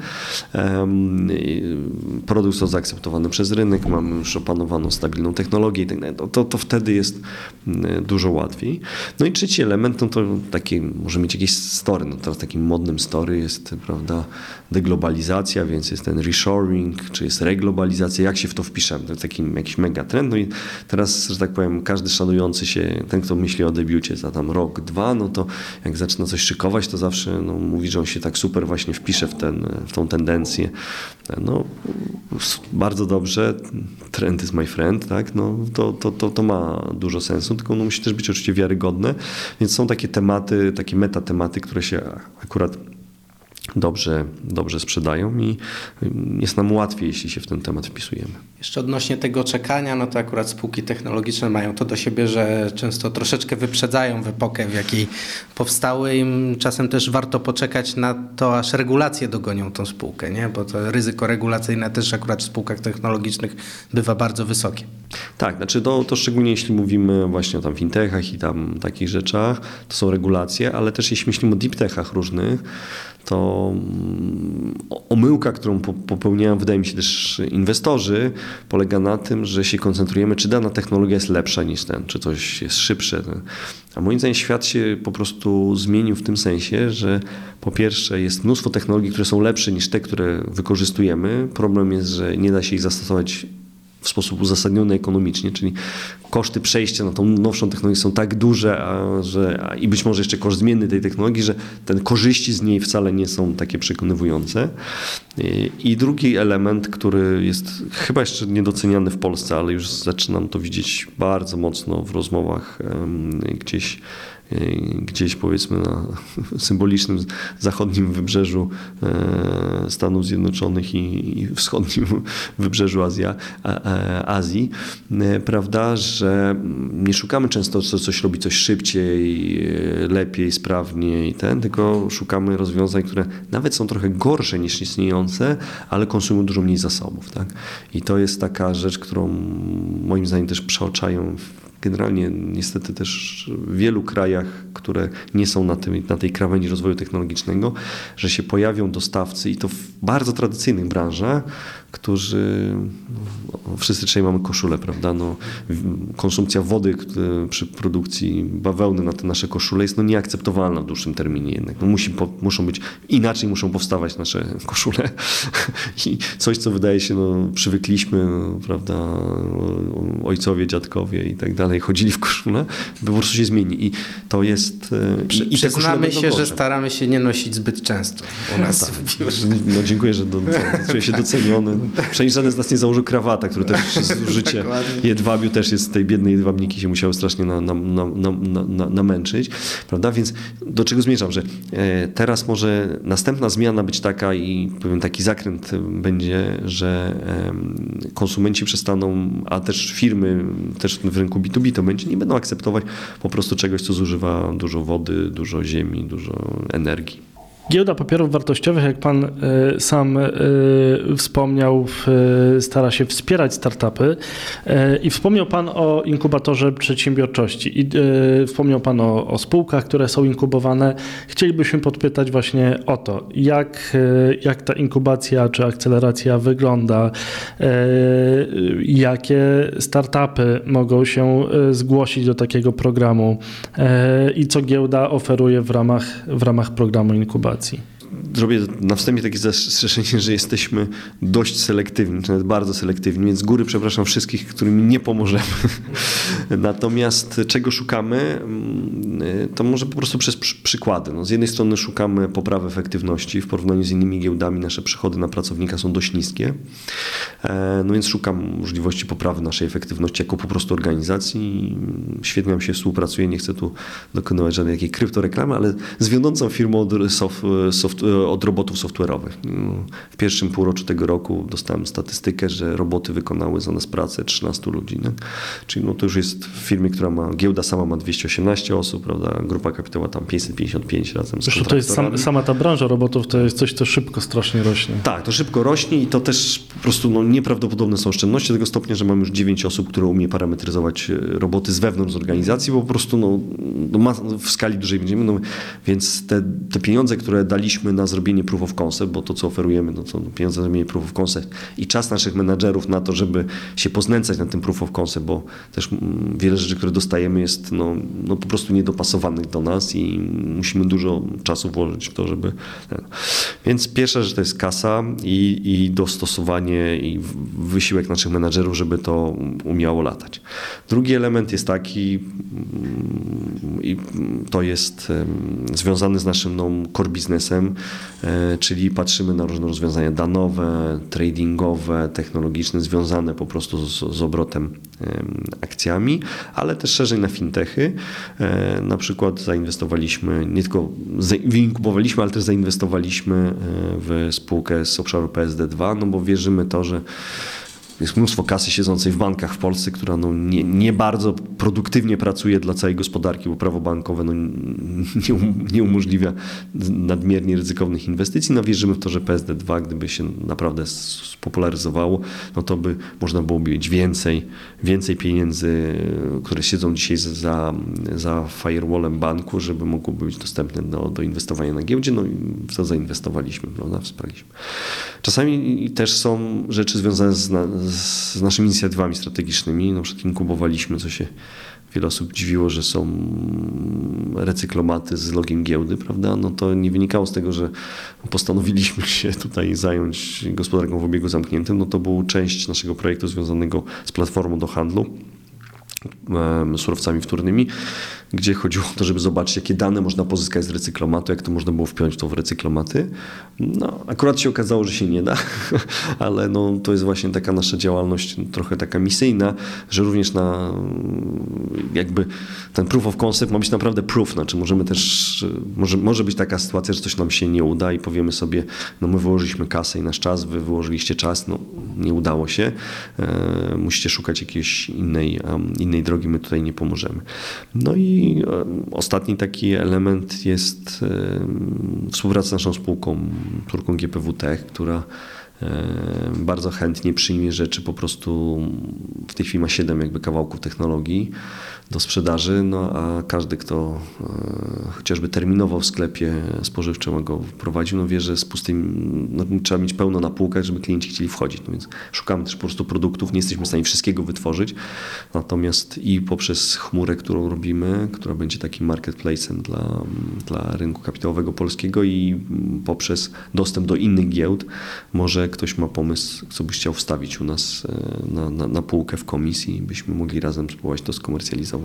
produkt został zaakceptowany przez rynek, mamy już opanowaną stabilną technologię i tak dalej, to wtedy jest dużo łatwiej. No i trzeci element, no to taki, może mieć jakieś story, no teraz takim modnym story jest, prawda, deglobalizacja, więc jest ten reshoring, czy jest reglobalizacja, jak się w to wpiszemy, to jest taki jakiś megatrend, no i teraz, że tak powiem, każdy szanujący się, ten, kto myśli o debiucie za tam rok, 2, no to jak zaczyna coś szykować, to zawsze mówi, że on się tak super właśnie wpisze w tą tendencję. No, bardzo dobrze, trend is my friend, tak? No, to ma dużo sensu, tylko musi też być oczywiście wiarygodne, więc są takie tematy, takie metatematy, które się akurat dobrze sprzedają i jest nam łatwiej, jeśli się w ten temat wpisujemy. Jeszcze odnośnie tego czekania, no to akurat spółki technologiczne mają to do siebie, że często troszeczkę wyprzedzają w epokę, w jakiej powstały i czasem też warto poczekać na to, aż regulacje dogonią tą spółkę, nie? Bo to ryzyko regulacyjne też akurat w spółkach technologicznych bywa bardzo wysokie. Tak, znaczy to szczególnie jeśli mówimy właśnie o tam fintechach i tam takich rzeczach, to są regulacje, ale też jeśli myślimy o deep techach różnych, to omyłka, którą popełniają, wydaje mi się, też inwestorzy, polega na tym, że się koncentrujemy, czy dana technologia jest lepsza niż czy coś jest szybsze. A moim zdaniem świat się po prostu zmienił w tym sensie, że po pierwsze jest mnóstwo technologii, które są lepsze niż te, które wykorzystujemy. Problem jest, że nie da się ich zastosować w sposób uzasadniony ekonomicznie, czyli koszty przejścia na tą nowszą technologię są tak duże, i być może jeszcze koszt zmienny tej technologii, że te korzyści z niej wcale nie są takie przekonywujące. I drugi element, który jest chyba jeszcze niedoceniany w Polsce, ale już zaczynam to widzieć bardzo mocno w rozmowach gdzieś powiedzmy na symbolicznym zachodnim wybrzeżu Stanów Zjednoczonych i wschodnim wybrzeżu Azji, prawda, że nie szukamy często coś robi coś szybciej, lepiej, sprawniej, tylko szukamy rozwiązań, które nawet są trochę gorsze niż istniejące, ale konsumują dużo mniej zasobów. Tak? I to jest taka rzecz, którą moim zdaniem też przeoczają generalnie niestety też w wielu krajach, które nie są na tej krawędzi rozwoju technologicznego, że się pojawią dostawcy i to w bardzo tradycyjnych branżach, którzy, wszyscy trzej mamy koszulę, prawda? Konsumpcja wody przy produkcji bawełny na te nasze koszule jest nieakceptowalna w dłuższym terminie jednak. Inaczej muszą powstawać nasze koszule i coś, co wydaje się, przywykliśmy, prawda, ojcowie, dziadkowie i tak dalej, chodzili w koszule, po prostu się zmieni i to jest... Przyznamy się, że staramy się nie nosić zbyt często u nas. Tak. Dziękuję, że czuję się doceniony. Przecież żaden z nas nie założył krawata, który też przez życie jedwabiu też jest, tej biednej jedwabniki się musiały strasznie namęczyć, prawda? Więc do czego zmierzam, że teraz może następna zmiana być taka i powiem taki zakręt będzie, że konsumenci przestaną, a też firmy, też w rynku B2B to będzie, nie będą akceptować po prostu czegoś, co zużywa dużo wody, dużo ziemi, dużo energii. Giełda Papierów Wartościowych, jak pan sam wspomniał, stara się wspierać startupy i wspomniał pan o inkubatorze przedsiębiorczości i wspomniał pan o spółkach, które są inkubowane. Chcielibyśmy podpytać właśnie o to, jak ta inkubacja czy akceleracja wygląda, jakie startupy mogą się zgłosić do takiego programu i co giełda oferuje w ramach programu inkubacji. Zrobię na wstępie takie zastrzeżenie, że jesteśmy dość selektywni, czy nawet bardzo selektywni, więc z góry przepraszam wszystkich, którym nie pomożemy. Natomiast czego szukamy, to może po prostu przez przykłady. Z jednej strony szukamy poprawy efektywności. W porównaniu z innymi giełdami nasze przychody na pracownika są dość niskie, więc szukam możliwości poprawy naszej efektywności jako po prostu organizacji. Świetnie nam się współpracuje, nie chcę tu dokonywać żadnej takiej kryptoreklamy, ale z wiodącą firmą od robotów software'owych. W pierwszym półroczu tego roku dostałem statystykę, że roboty wykonały za nas pracę 13 ludzi. Nie? Czyli to już jest w firmie, która giełda sama ma 218 osób, prawda? Grupa kapitałowa tam 555 razem z kontraktorami. To jest sama ta branża robotów, to jest coś, co szybko strasznie rośnie. Tak, to szybko rośnie i to też po prostu nieprawdopodobne są oszczędności do tego stopnia, że mam już 9 osób, które umie parametryzować roboty z wewnątrz organizacji, bo po prostu w skali dużej będziemy. Więc te pieniądze, które daliśmy na zrobienie proof of concept, bo to, co oferujemy, to pieniądze na zrobienie proof of concept i czas naszych menadżerów na to, żeby się poznęcać na tym proof of concept, bo też wiele rzeczy, które dostajemy jest po prostu niedopasowanych do nas i musimy dużo czasu włożyć w to, żeby... Więc pierwsza rzecz to jest kasa i dostosowanie i wysiłek naszych menadżerów, żeby to umiało latać. Drugi element jest taki i to jest związany z naszym core biznesem, czyli patrzymy na różne rozwiązania danowe, tradingowe, technologiczne, związane po prostu z obrotem akcjami, ale też szerzej na fintechy. Na przykład zainwestowaliśmy, nie tylko wyinkubowaliśmy, ale też zainwestowaliśmy w spółkę z obszaru PSD2, bo wierzymy to, że jest mnóstwo kasy siedzącej w bankach w Polsce, która no nie bardzo produktywnie pracuje dla całej gospodarki, bo prawo bankowe no nie umożliwia nadmiernie ryzykownych inwestycji. No wierzymy w to, że PSD2, gdyby się naprawdę spopularyzowało, no to by można było mieć więcej pieniędzy, które siedzą dzisiaj za firewallem banku, żeby mogłoby być dostępne do inwestowania na giełdzie. No i w to zainwestowaliśmy, prawda? Wsparliśmy. Czasami też są rzeczy związane z naszymi inicjatywami strategicznymi. Na przykład inkubowaliśmy, co się wiele osób dziwiło, że są recyklomaty z logiem giełdy, prawda? No to nie wynikało z tego, że postanowiliśmy się tutaj zająć gospodarką w obiegu zamkniętym. No to była część naszego projektu związanego z platformą do handlu surowcami wtórnymi, gdzie chodziło o to, żeby zobaczyć, jakie dane można pozyskać z recyklomatu, jak to można było wpiąć to w recyklomaty. No, akurat się okazało, że się nie da, ale no, to jest właśnie taka nasza działalność trochę taka misyjna, że również na jakby ten proof of concept ma być naprawdę proof, znaczy możemy też, może być taka sytuacja, że coś nam się nie uda i powiemy sobie, no my wyłożyliśmy kasę i nasz czas, wy wyłożyliście czas, no nie udało się, musicie szukać jakiejś innej drogi, my tutaj nie pomożemy. No i ostatni taki element jest współpraca z naszą spółką, córką GPW Tech, która bardzo chętnie przyjmie rzeczy, po prostu w tej chwili ma 7 jakby kawałków technologii do sprzedaży, no a każdy, kto chociażby terminowo w sklepie spożywczym go prowadził, no wie, że z pustym, no, trzeba mieć pełno na półkach, żeby klienci chcieli wchodzić, no więc szukamy też po prostu produktów, nie jesteśmy w stanie wszystkiego wytworzyć, natomiast i poprzez chmurę, którą robimy, która będzie takim marketplace'em dla rynku kapitałowego polskiego i poprzez dostęp do innych giełd, może ktoś ma pomysł, co by chciał wstawić u nas na półkę w komisji, byśmy mogli razem spróbować to skomercjalizować.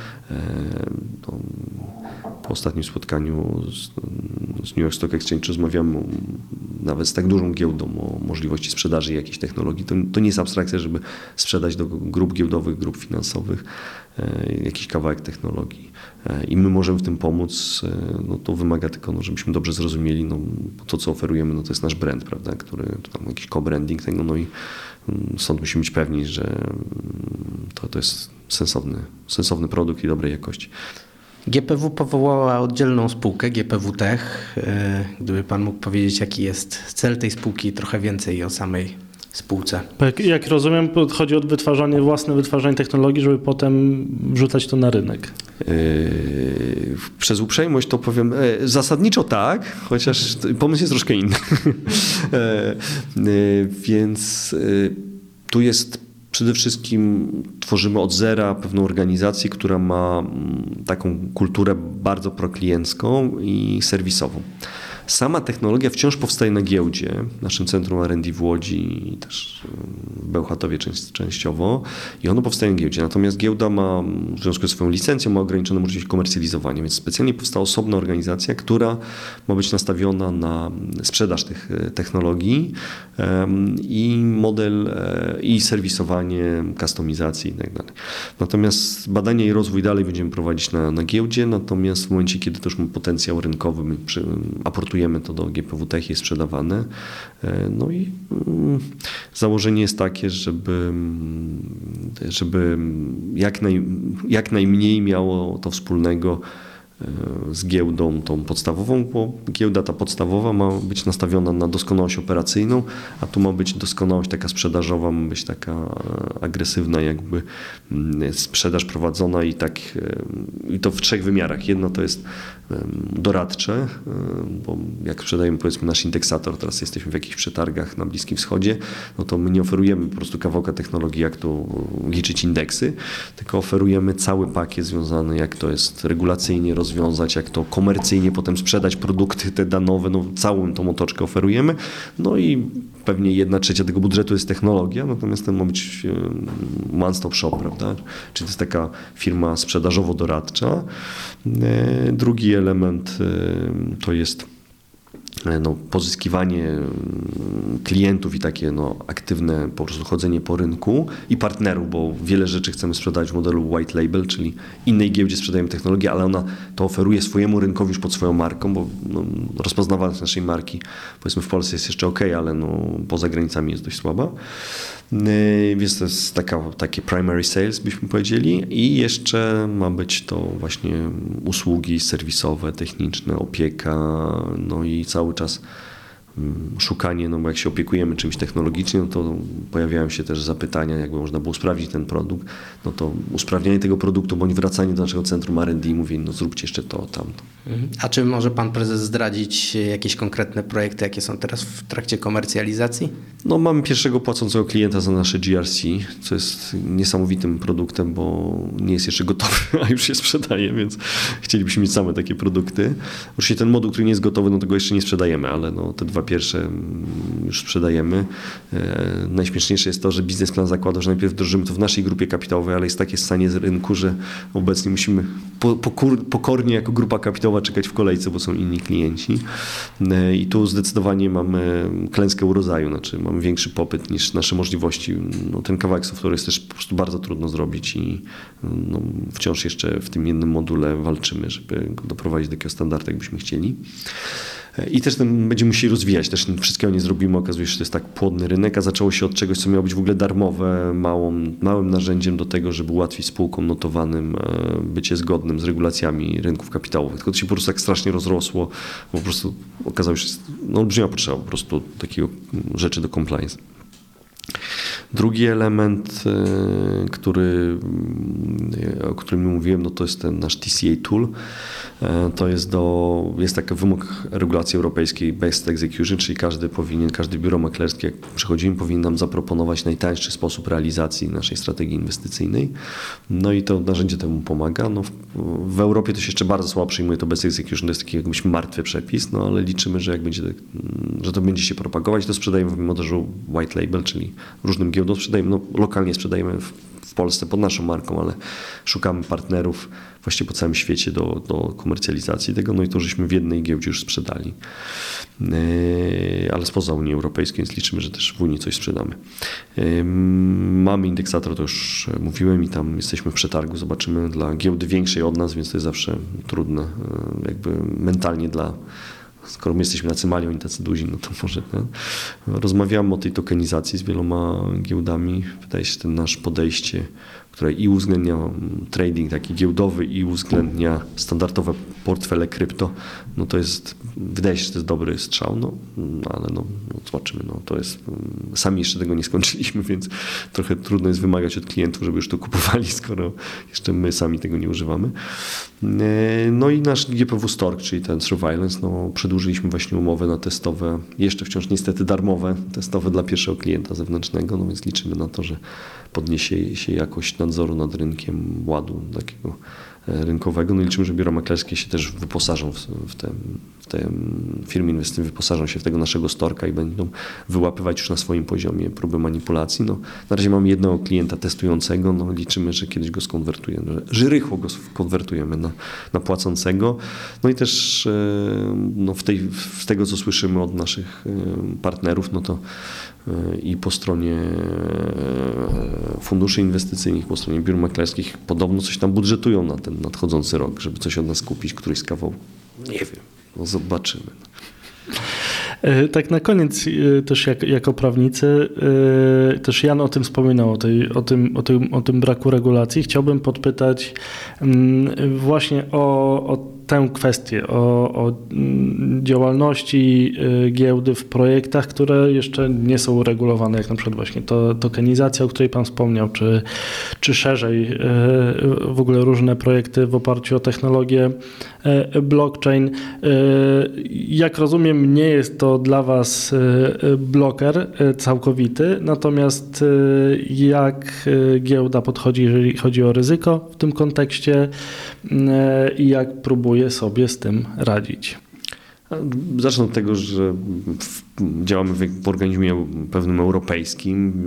Po ostatnim spotkaniu z New York Stock Exchange rozmawiamy nawet z tak dużą giełdą o możliwości sprzedaży jakiejś technologii. To nie jest abstrakcja, żeby sprzedać do grup giełdowych, grup finansowych jakiś kawałek technologii. I my możemy w tym pomóc. No to wymaga tylko, no, żebyśmy dobrze zrozumieli, no, to, co oferujemy, no, to jest nasz brand, prawda, który tam jakiś co-branding tego, no i stąd musimy być pewni, że to jest sensowny produkt i dobrej jakości. GPW powołała oddzielną spółkę, GPW Tech. Gdyby pan mógł powiedzieć, jaki jest cel tej spółki, trochę więcej o samej spółce. Jak rozumiem, chodzi o własne wytwarzanie technologii, żeby potem wrzucać to na rynek. Przez uprzejmość to powiem zasadniczo tak, chociaż pomysł jest troszkę inny. Więc tu jest przede wszystkim tworzymy od zera pewną organizację, która ma taką kulturę bardzo prokliencką i serwisową. Sama technologia wciąż powstaje na giełdzie, w naszym centrum R&D w Łodzi i też w Bełchatowie częściowo i ono powstaje na giełdzie. Natomiast giełda ma, w związku ze swoją licencją, ma ograniczoną możliwość komercjalizowania, więc specjalnie powstała osobna organizacja, która ma być nastawiona na sprzedaż tych technologii i model i serwisowanie, kustomizację i tak dalej. Natomiast badania i rozwój dalej będziemy prowadzić na giełdzie, natomiast w momencie, kiedy to już mamy potencjał rynkowy, my aportujemy to do GPW Tech, jest sprzedawane. No i założenie jest takie, żeby jak najmniej miało to wspólnego z giełdą tą podstawową, bo giełda ta podstawowa ma być nastawiona na doskonałość operacyjną, a tu ma być doskonałość taka sprzedażowa, ma być taka agresywna jakby sprzedaż prowadzona i to w 3 wymiarach. Jedno to jest doradcze, bo jak sprzedajemy powiedzmy nasz indeksator, teraz jesteśmy w jakichś przetargach na Bliskim Wschodzie, no to my nie oferujemy po prostu kawałka technologii, jak to liczyć indeksy, tylko oferujemy cały pakiet związany, jak to jest regulacyjnie rozwiązać, jak to komercyjnie potem sprzedać produkty te danowe, no całą tą otoczkę oferujemy, no i pewnie 1/3 tego budżetu jest technologia, natomiast ten ma być one-stop shop, prawda? Czyli to jest taka firma sprzedażowo-doradcza. Drugi element to jest pozyskiwanie klientów i takie aktywne po prostu chodzenie po rynku i partnerów, bo wiele rzeczy chcemy sprzedać w modelu white label, czyli innej giełdzie sprzedajemy technologię, ale ona to oferuje swojemu rynkowi już pod swoją marką, bo rozpoznawalność naszej marki powiedzmy w Polsce jest jeszcze ok, ale poza granicami jest dość słaba. Więc to jest takie primary sales, byśmy powiedzieli. I jeszcze ma być to właśnie usługi serwisowe, techniczne, opieka, no i cały czas szukanie, no bo jak się opiekujemy czymś technologicznie, no to pojawiają się też zapytania, jakby można było usprawnić ten produkt, no to usprawnianie tego produktu, bądź wracanie do naszego centrum R&D i mówienie, no zróbcie jeszcze to, tamto. A czy może pan prezes zdradzić jakieś konkretne projekty, jakie są teraz w trakcie komercjalizacji? No mamy pierwszego płacącego klienta za nasze GRC, co jest niesamowitym produktem, bo nie jest jeszcze gotowy, a już się sprzedaje, więc chcielibyśmy mieć same takie produkty. Oczywiście ten moduł, który nie jest gotowy, no tego jeszcze nie sprzedajemy, ale no te dwa pierwsze już sprzedajemy. Najśmieszniejsze jest to, że biznesplan zakłada, że najpierw wdrożymy to w naszej grupie kapitałowej, ale jest takie stanie z rynku, że obecnie musimy pokornie jako grupa kapitałowa czekać w kolejce, bo są inni klienci. I tu zdecydowanie mamy klęskę urodzaju, znaczy mamy większy popyt niż nasze możliwości. No, ten kawałek software jest też po prostu bardzo trudno zrobić i no, wciąż jeszcze w tym jednym module walczymy, żeby go doprowadzić do takiego standardu, jakbyśmy chcieli. I też będziemy musieli rozwijać, też wszystkiego nie zrobimy, okazuje się, że to jest tak płodny rynek, a zaczęło się od czegoś, co miało być w ogóle darmowe, małym narzędziem do tego, żeby ułatwić spółkom notowanym bycie zgodnym z regulacjami rynków kapitałowych. Tylko to się po prostu tak strasznie rozrosło, bo po prostu okazało się, że jest olbrzymia potrzeba po prostu takiego rzeczy do compliance. Drugi element, o którym mówiłem, no to jest ten nasz TCA tool. To jest taki wymóg regulacji europejskiej Best Execution, czyli każde biuro maklerskie, jak przychodzimy, powinien nam zaproponować najtańszy sposób realizacji naszej strategii inwestycyjnej. No i to narzędzie temu pomaga. No w Europie to się jeszcze bardzo słabo przyjmuje to Best Execution, to jest taki jakbyś martwy przepis, no ale liczymy, że że to będzie się propagować, to sprzedajemy w modelu white label, czyli różnym giełdom sprzedajemy, no lokalnie sprzedajemy w Polsce pod naszą marką, ale szukamy partnerów właściwie po całym świecie do komercjalizacji tego, no i to żeśmy w jednej giełdzie już sprzedali, ale spoza Unii Europejskiej, więc liczymy, że też w Unii coś sprzedamy. Mamy indeksator, to już mówiłem i tam jesteśmy w przetargu, zobaczymy dla giełdy większej od nas, więc to jest zawsze trudne jakby mentalnie skoro my jesteśmy tacy mali, oni tacy duzi, no to może rozmawiamy o tej tokenizacji z wieloma giełdami. Wydaje się, że ten nasze podejście, które i uwzględnia trading taki giełdowy i uwzględnia standardowe portfele krypto, no to wydaje się, że to jest dobry strzał, ale zobaczymy. To jest, sami jeszcze tego nie skończyliśmy, więc trochę trudno jest wymagać od klientów, żeby już to kupowali, skoro jeszcze my sami tego nie używamy. No i nasz GPW Stork, czyli ten Surveillance, przedłużyliśmy właśnie umowę na testowe, jeszcze wciąż niestety darmowe, testowe dla pierwszego klienta zewnętrznego, więc liczymy na to, że podniesie się jakość nadzoru nad rynkiem ładu takiego rynkowego. No i liczymy, że biura maklerskie się też wyposażą w te firmy inwestycyjne, wyposażą się w tego naszego storka i będą wyłapywać już na swoim poziomie próby manipulacji. Na razie mamy jednego klienta testującego, liczymy, że kiedyś go skonwertujemy, że rychło go skonwertujemy na płacącego. No i też z tego, co słyszymy od naszych partnerów, to i po stronie funduszy inwestycyjnych, po stronie biur maklerskich podobno coś tam budżetują na ten nadchodzący rok, żeby coś od nas kupić, któryś z kawału. Nie wiem, zobaczymy. Tak na koniec też jako prawnicy, też Jan o tym wspominał, o tym braku regulacji. Chciałbym podpytać właśnie o tę kwestię, o działalności giełdy w projektach, które jeszcze nie są uregulowane, jak na przykład właśnie tokenizacja, o której Pan wspomniał, czy szerzej w ogóle różne projekty w oparciu o technologię blockchain. Jak rozumiem, nie jest to dla Was bloker całkowity, natomiast jak giełda podchodzi, jeżeli chodzi o ryzyko w tym kontekście i jak próbuje sobie z tym radzić? Zacznę od tego, że działamy w organizmie pewnym europejskim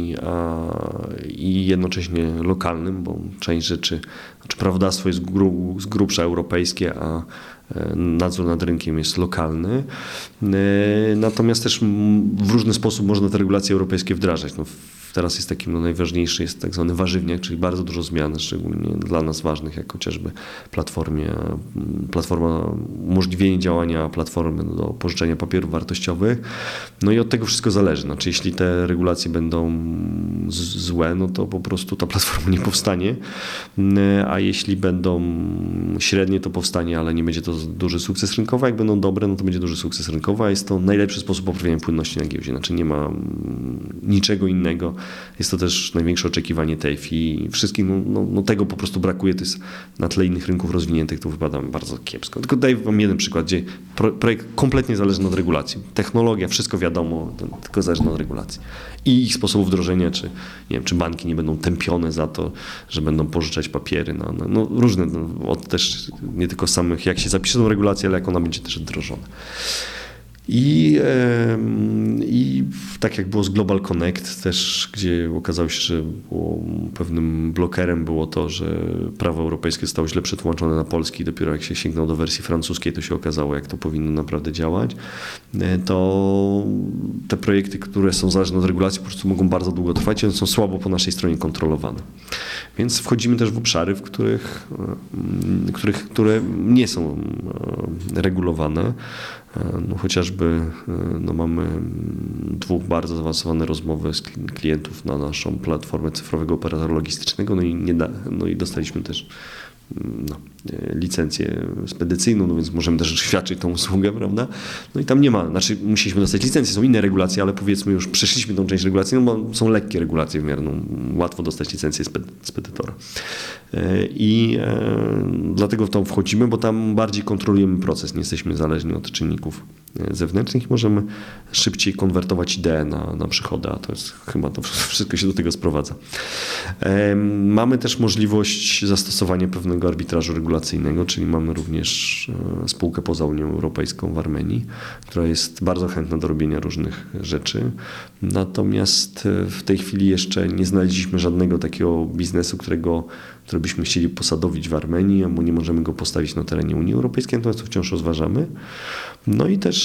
i jednocześnie lokalnym, bo część rzeczy, prawodawstwo jest z grubsza europejskie, a nadzór nad rynkiem jest lokalny. Natomiast też w różny sposób można te regulacje europejskie wdrażać. teraz jest takim najważniejszy, jest tak zwany warzywniak, czyli bardzo dużo zmian, szczególnie dla nas ważnych, jak chociażby platforma, umożliwienie działania platformy do pożyczenia papierów wartościowych. No i od tego wszystko zależy. Znaczy, jeśli te regulacje będą złe, no to po prostu ta platforma nie powstanie, a jeśli będą średnie, to powstanie, ale nie będzie to duży sukces rynkowy. Jak będą dobre, no to będzie duży sukces rynkowy, a jest to najlepszy sposób poprawienia płynności na giełdzie. Znaczy nie ma niczego innego. Jest to też największe oczekiwanie TEF i wszystkich, no tego po prostu brakuje. To jest na tle innych rynków rozwiniętych, to wypada bardzo kiepsko. Tylko daję wam jeden przykład, gdzie projekt kompletnie zależny od regulacji. Technologia, wszystko wiadomo, tylko zależy od regulacji. I ich sposobu wdrożenia, czy nie wiem, czy banki nie będą tępione za to, że będą pożyczać papiery. No różne, od też nie tylko samych, jak się zapisze tą regulację, ale jak ona będzie też wdrożona. I tak jak było z Global Connect też, gdzie okazało się, że pewnym blokerem było to, że prawo europejskie zostało źle przetłumaczone na polski i dopiero jak się sięgnął do wersji francuskiej, to się okazało, jak to powinno naprawdę działać, to te projekty, które są zależne od regulacji, po prostu mogą bardzo długo trwać i one są słabo po naszej stronie kontrolowane. Więc wchodzimy też w obszary, które nie są regulowane. No chociażby mamy 2 bardzo zaawansowane rozmowy z klientów na naszą platformę cyfrowego operatora logistycznego, no i dostaliśmy też licencję spedycyjną, no więc możemy też świadczyć tą usługę, prawda? No i tam nie ma, znaczy musieliśmy dostać licencję, są inne regulacje, ale powiedzmy już przeszliśmy tą część regulacji, bo są lekkie regulacje w miarę, łatwo dostać licencję spedytora. I dlatego w to wchodzimy, bo tam bardziej kontrolujemy proces, nie jesteśmy zależni od czynników zewnętrznych i możemy szybciej konwertować ideę na przychody, a to jest chyba to wszystko się do tego sprowadza. Mamy też możliwość zastosowania pewnego arbitrażu regulacyjnego, czyli mamy również spółkę poza Unią Europejską w Armenii, która jest bardzo chętna do robienia różnych rzeczy. Natomiast w tej chwili jeszcze nie znaleźliśmy żadnego takiego biznesu, który byśmy chcieli posadowić w Armenii, bo nie możemy go postawić na terenie Unii Europejskiej, natomiast to wciąż rozważamy. No i też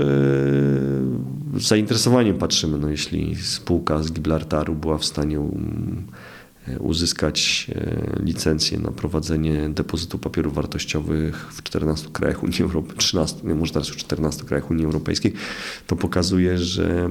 z zainteresowaniem patrzymy, jeśli spółka z Gibraltaru była w stanie uzyskać licencję na prowadzenie depozytu papierów wartościowych w 14 krajach Unii Europejskiej, 13, może teraz już 14 krajach Unii Europejskiej, to pokazuje, że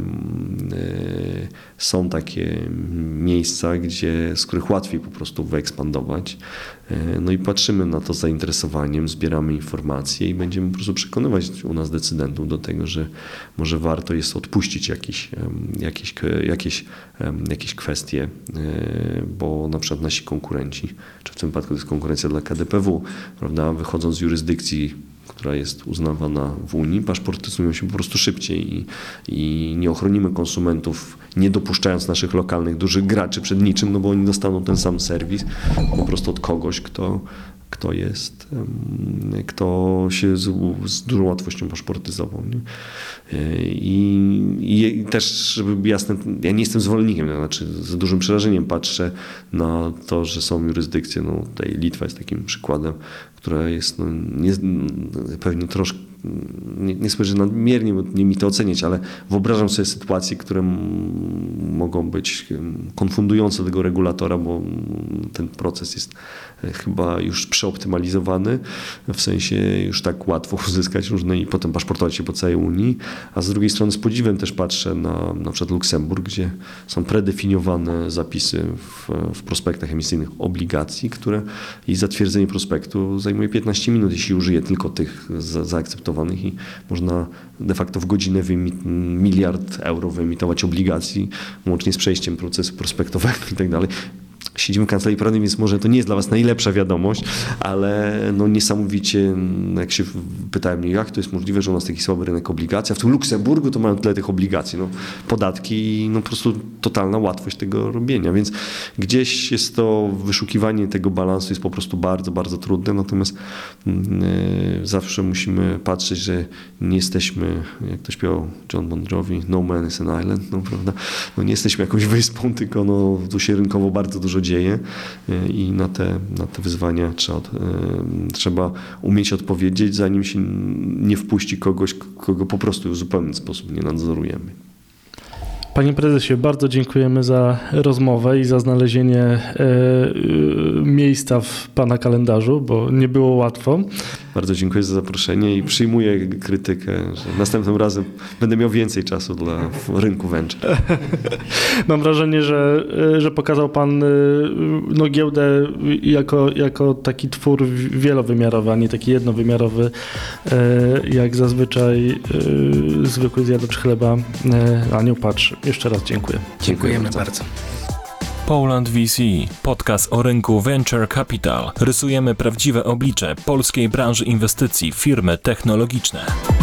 są takie miejsca, z których łatwiej po prostu wyekspandować. No i patrzymy na to z zainteresowaniem, zbieramy informacje i będziemy po prostu przekonywać u nas decydentów do tego, że może warto jest odpuścić jakieś kwestie, bo na przykład nasi konkurenci, czy w tym wypadku to jest konkurencja dla KDPW, prawda, wychodząc z jurysdykcji, która jest uznawana w Unii, paszportyzują się po prostu szybciej i nie ochronimy konsumentów, nie dopuszczając naszych lokalnych dużych graczy przed niczym, bo oni dostaną ten sam serwis po prostu od kogoś, kto się z dużą łatwością paszportyzował. Nie? I też, żeby być jasne, ja nie jestem zwolennikiem, to znaczy z dużym przerażeniem patrzę na to, że są jurysdykcje, tutaj Litwa jest takim przykładem, która jest pewnie troszkę, nie słyszę, że nadmiernie, bo nie mi to oceniać, ale wyobrażam sobie sytuacje, które mogą być konfundujące do tego regulatora, bo ten proces jest chyba już przeoptymalizowany, w sensie już tak łatwo uzyskać różne i potem paszportować się po całej Unii, a z drugiej strony z podziwem też patrzę na przykład Luksemburg, gdzie są predefiniowane zapisy w prospektach emisyjnych obligacji, które i zatwierdzenie prospektu zajmuje 15 minut, jeśli użyje tylko tych zaakceptowanych i można de facto w godzinę 1 miliard euro wyemitować obligacji, łącznie z przejściem procesu prospektowego i tak dalej. Siedzimy w kancelarii prawnej, więc może to nie jest dla was najlepsza wiadomość, ale niesamowicie, jak się pytałem, jak to jest możliwe, że u nas taki słaby rynek obligacji, a w tym Luksemburgu to mają tyle tych obligacji, podatki i po prostu totalna łatwość tego robienia, więc gdzieś jest to wyszukiwanie tego balansu jest po prostu bardzo, bardzo trudne, natomiast zawsze musimy patrzeć, że nie jesteśmy, jak to śpiewał John Bon Jovi, no man is an island, prawda? Nie jesteśmy jakąś wyspą, tylko tu się rynkowo bardzo dużo dzieje i na te wyzwania trzeba umieć odpowiedzieć, zanim się nie wpuści kogoś, kogo po prostu w zupełny sposób nie nadzorujemy. Panie prezesie, bardzo dziękujemy za rozmowę i za znalezienie miejsca w pana kalendarzu, bo nie było łatwo. Bardzo dziękuję za zaproszenie i przyjmuję krytykę, że następnym razem będę miał więcej czasu dla rynku venture. Mam wrażenie, że pokazał pan giełdę jako taki twór wielowymiarowy, a nie taki jednowymiarowy, jak zazwyczaj zwykły zjadacz chleba na nią patrzy. Jeszcze raz dziękuję. Dziękujemy bardzo. Poland VC, podcast o rynku Venture Capital. Rysujemy prawdziwe oblicze polskiej branży inwestycji, firmy technologiczne.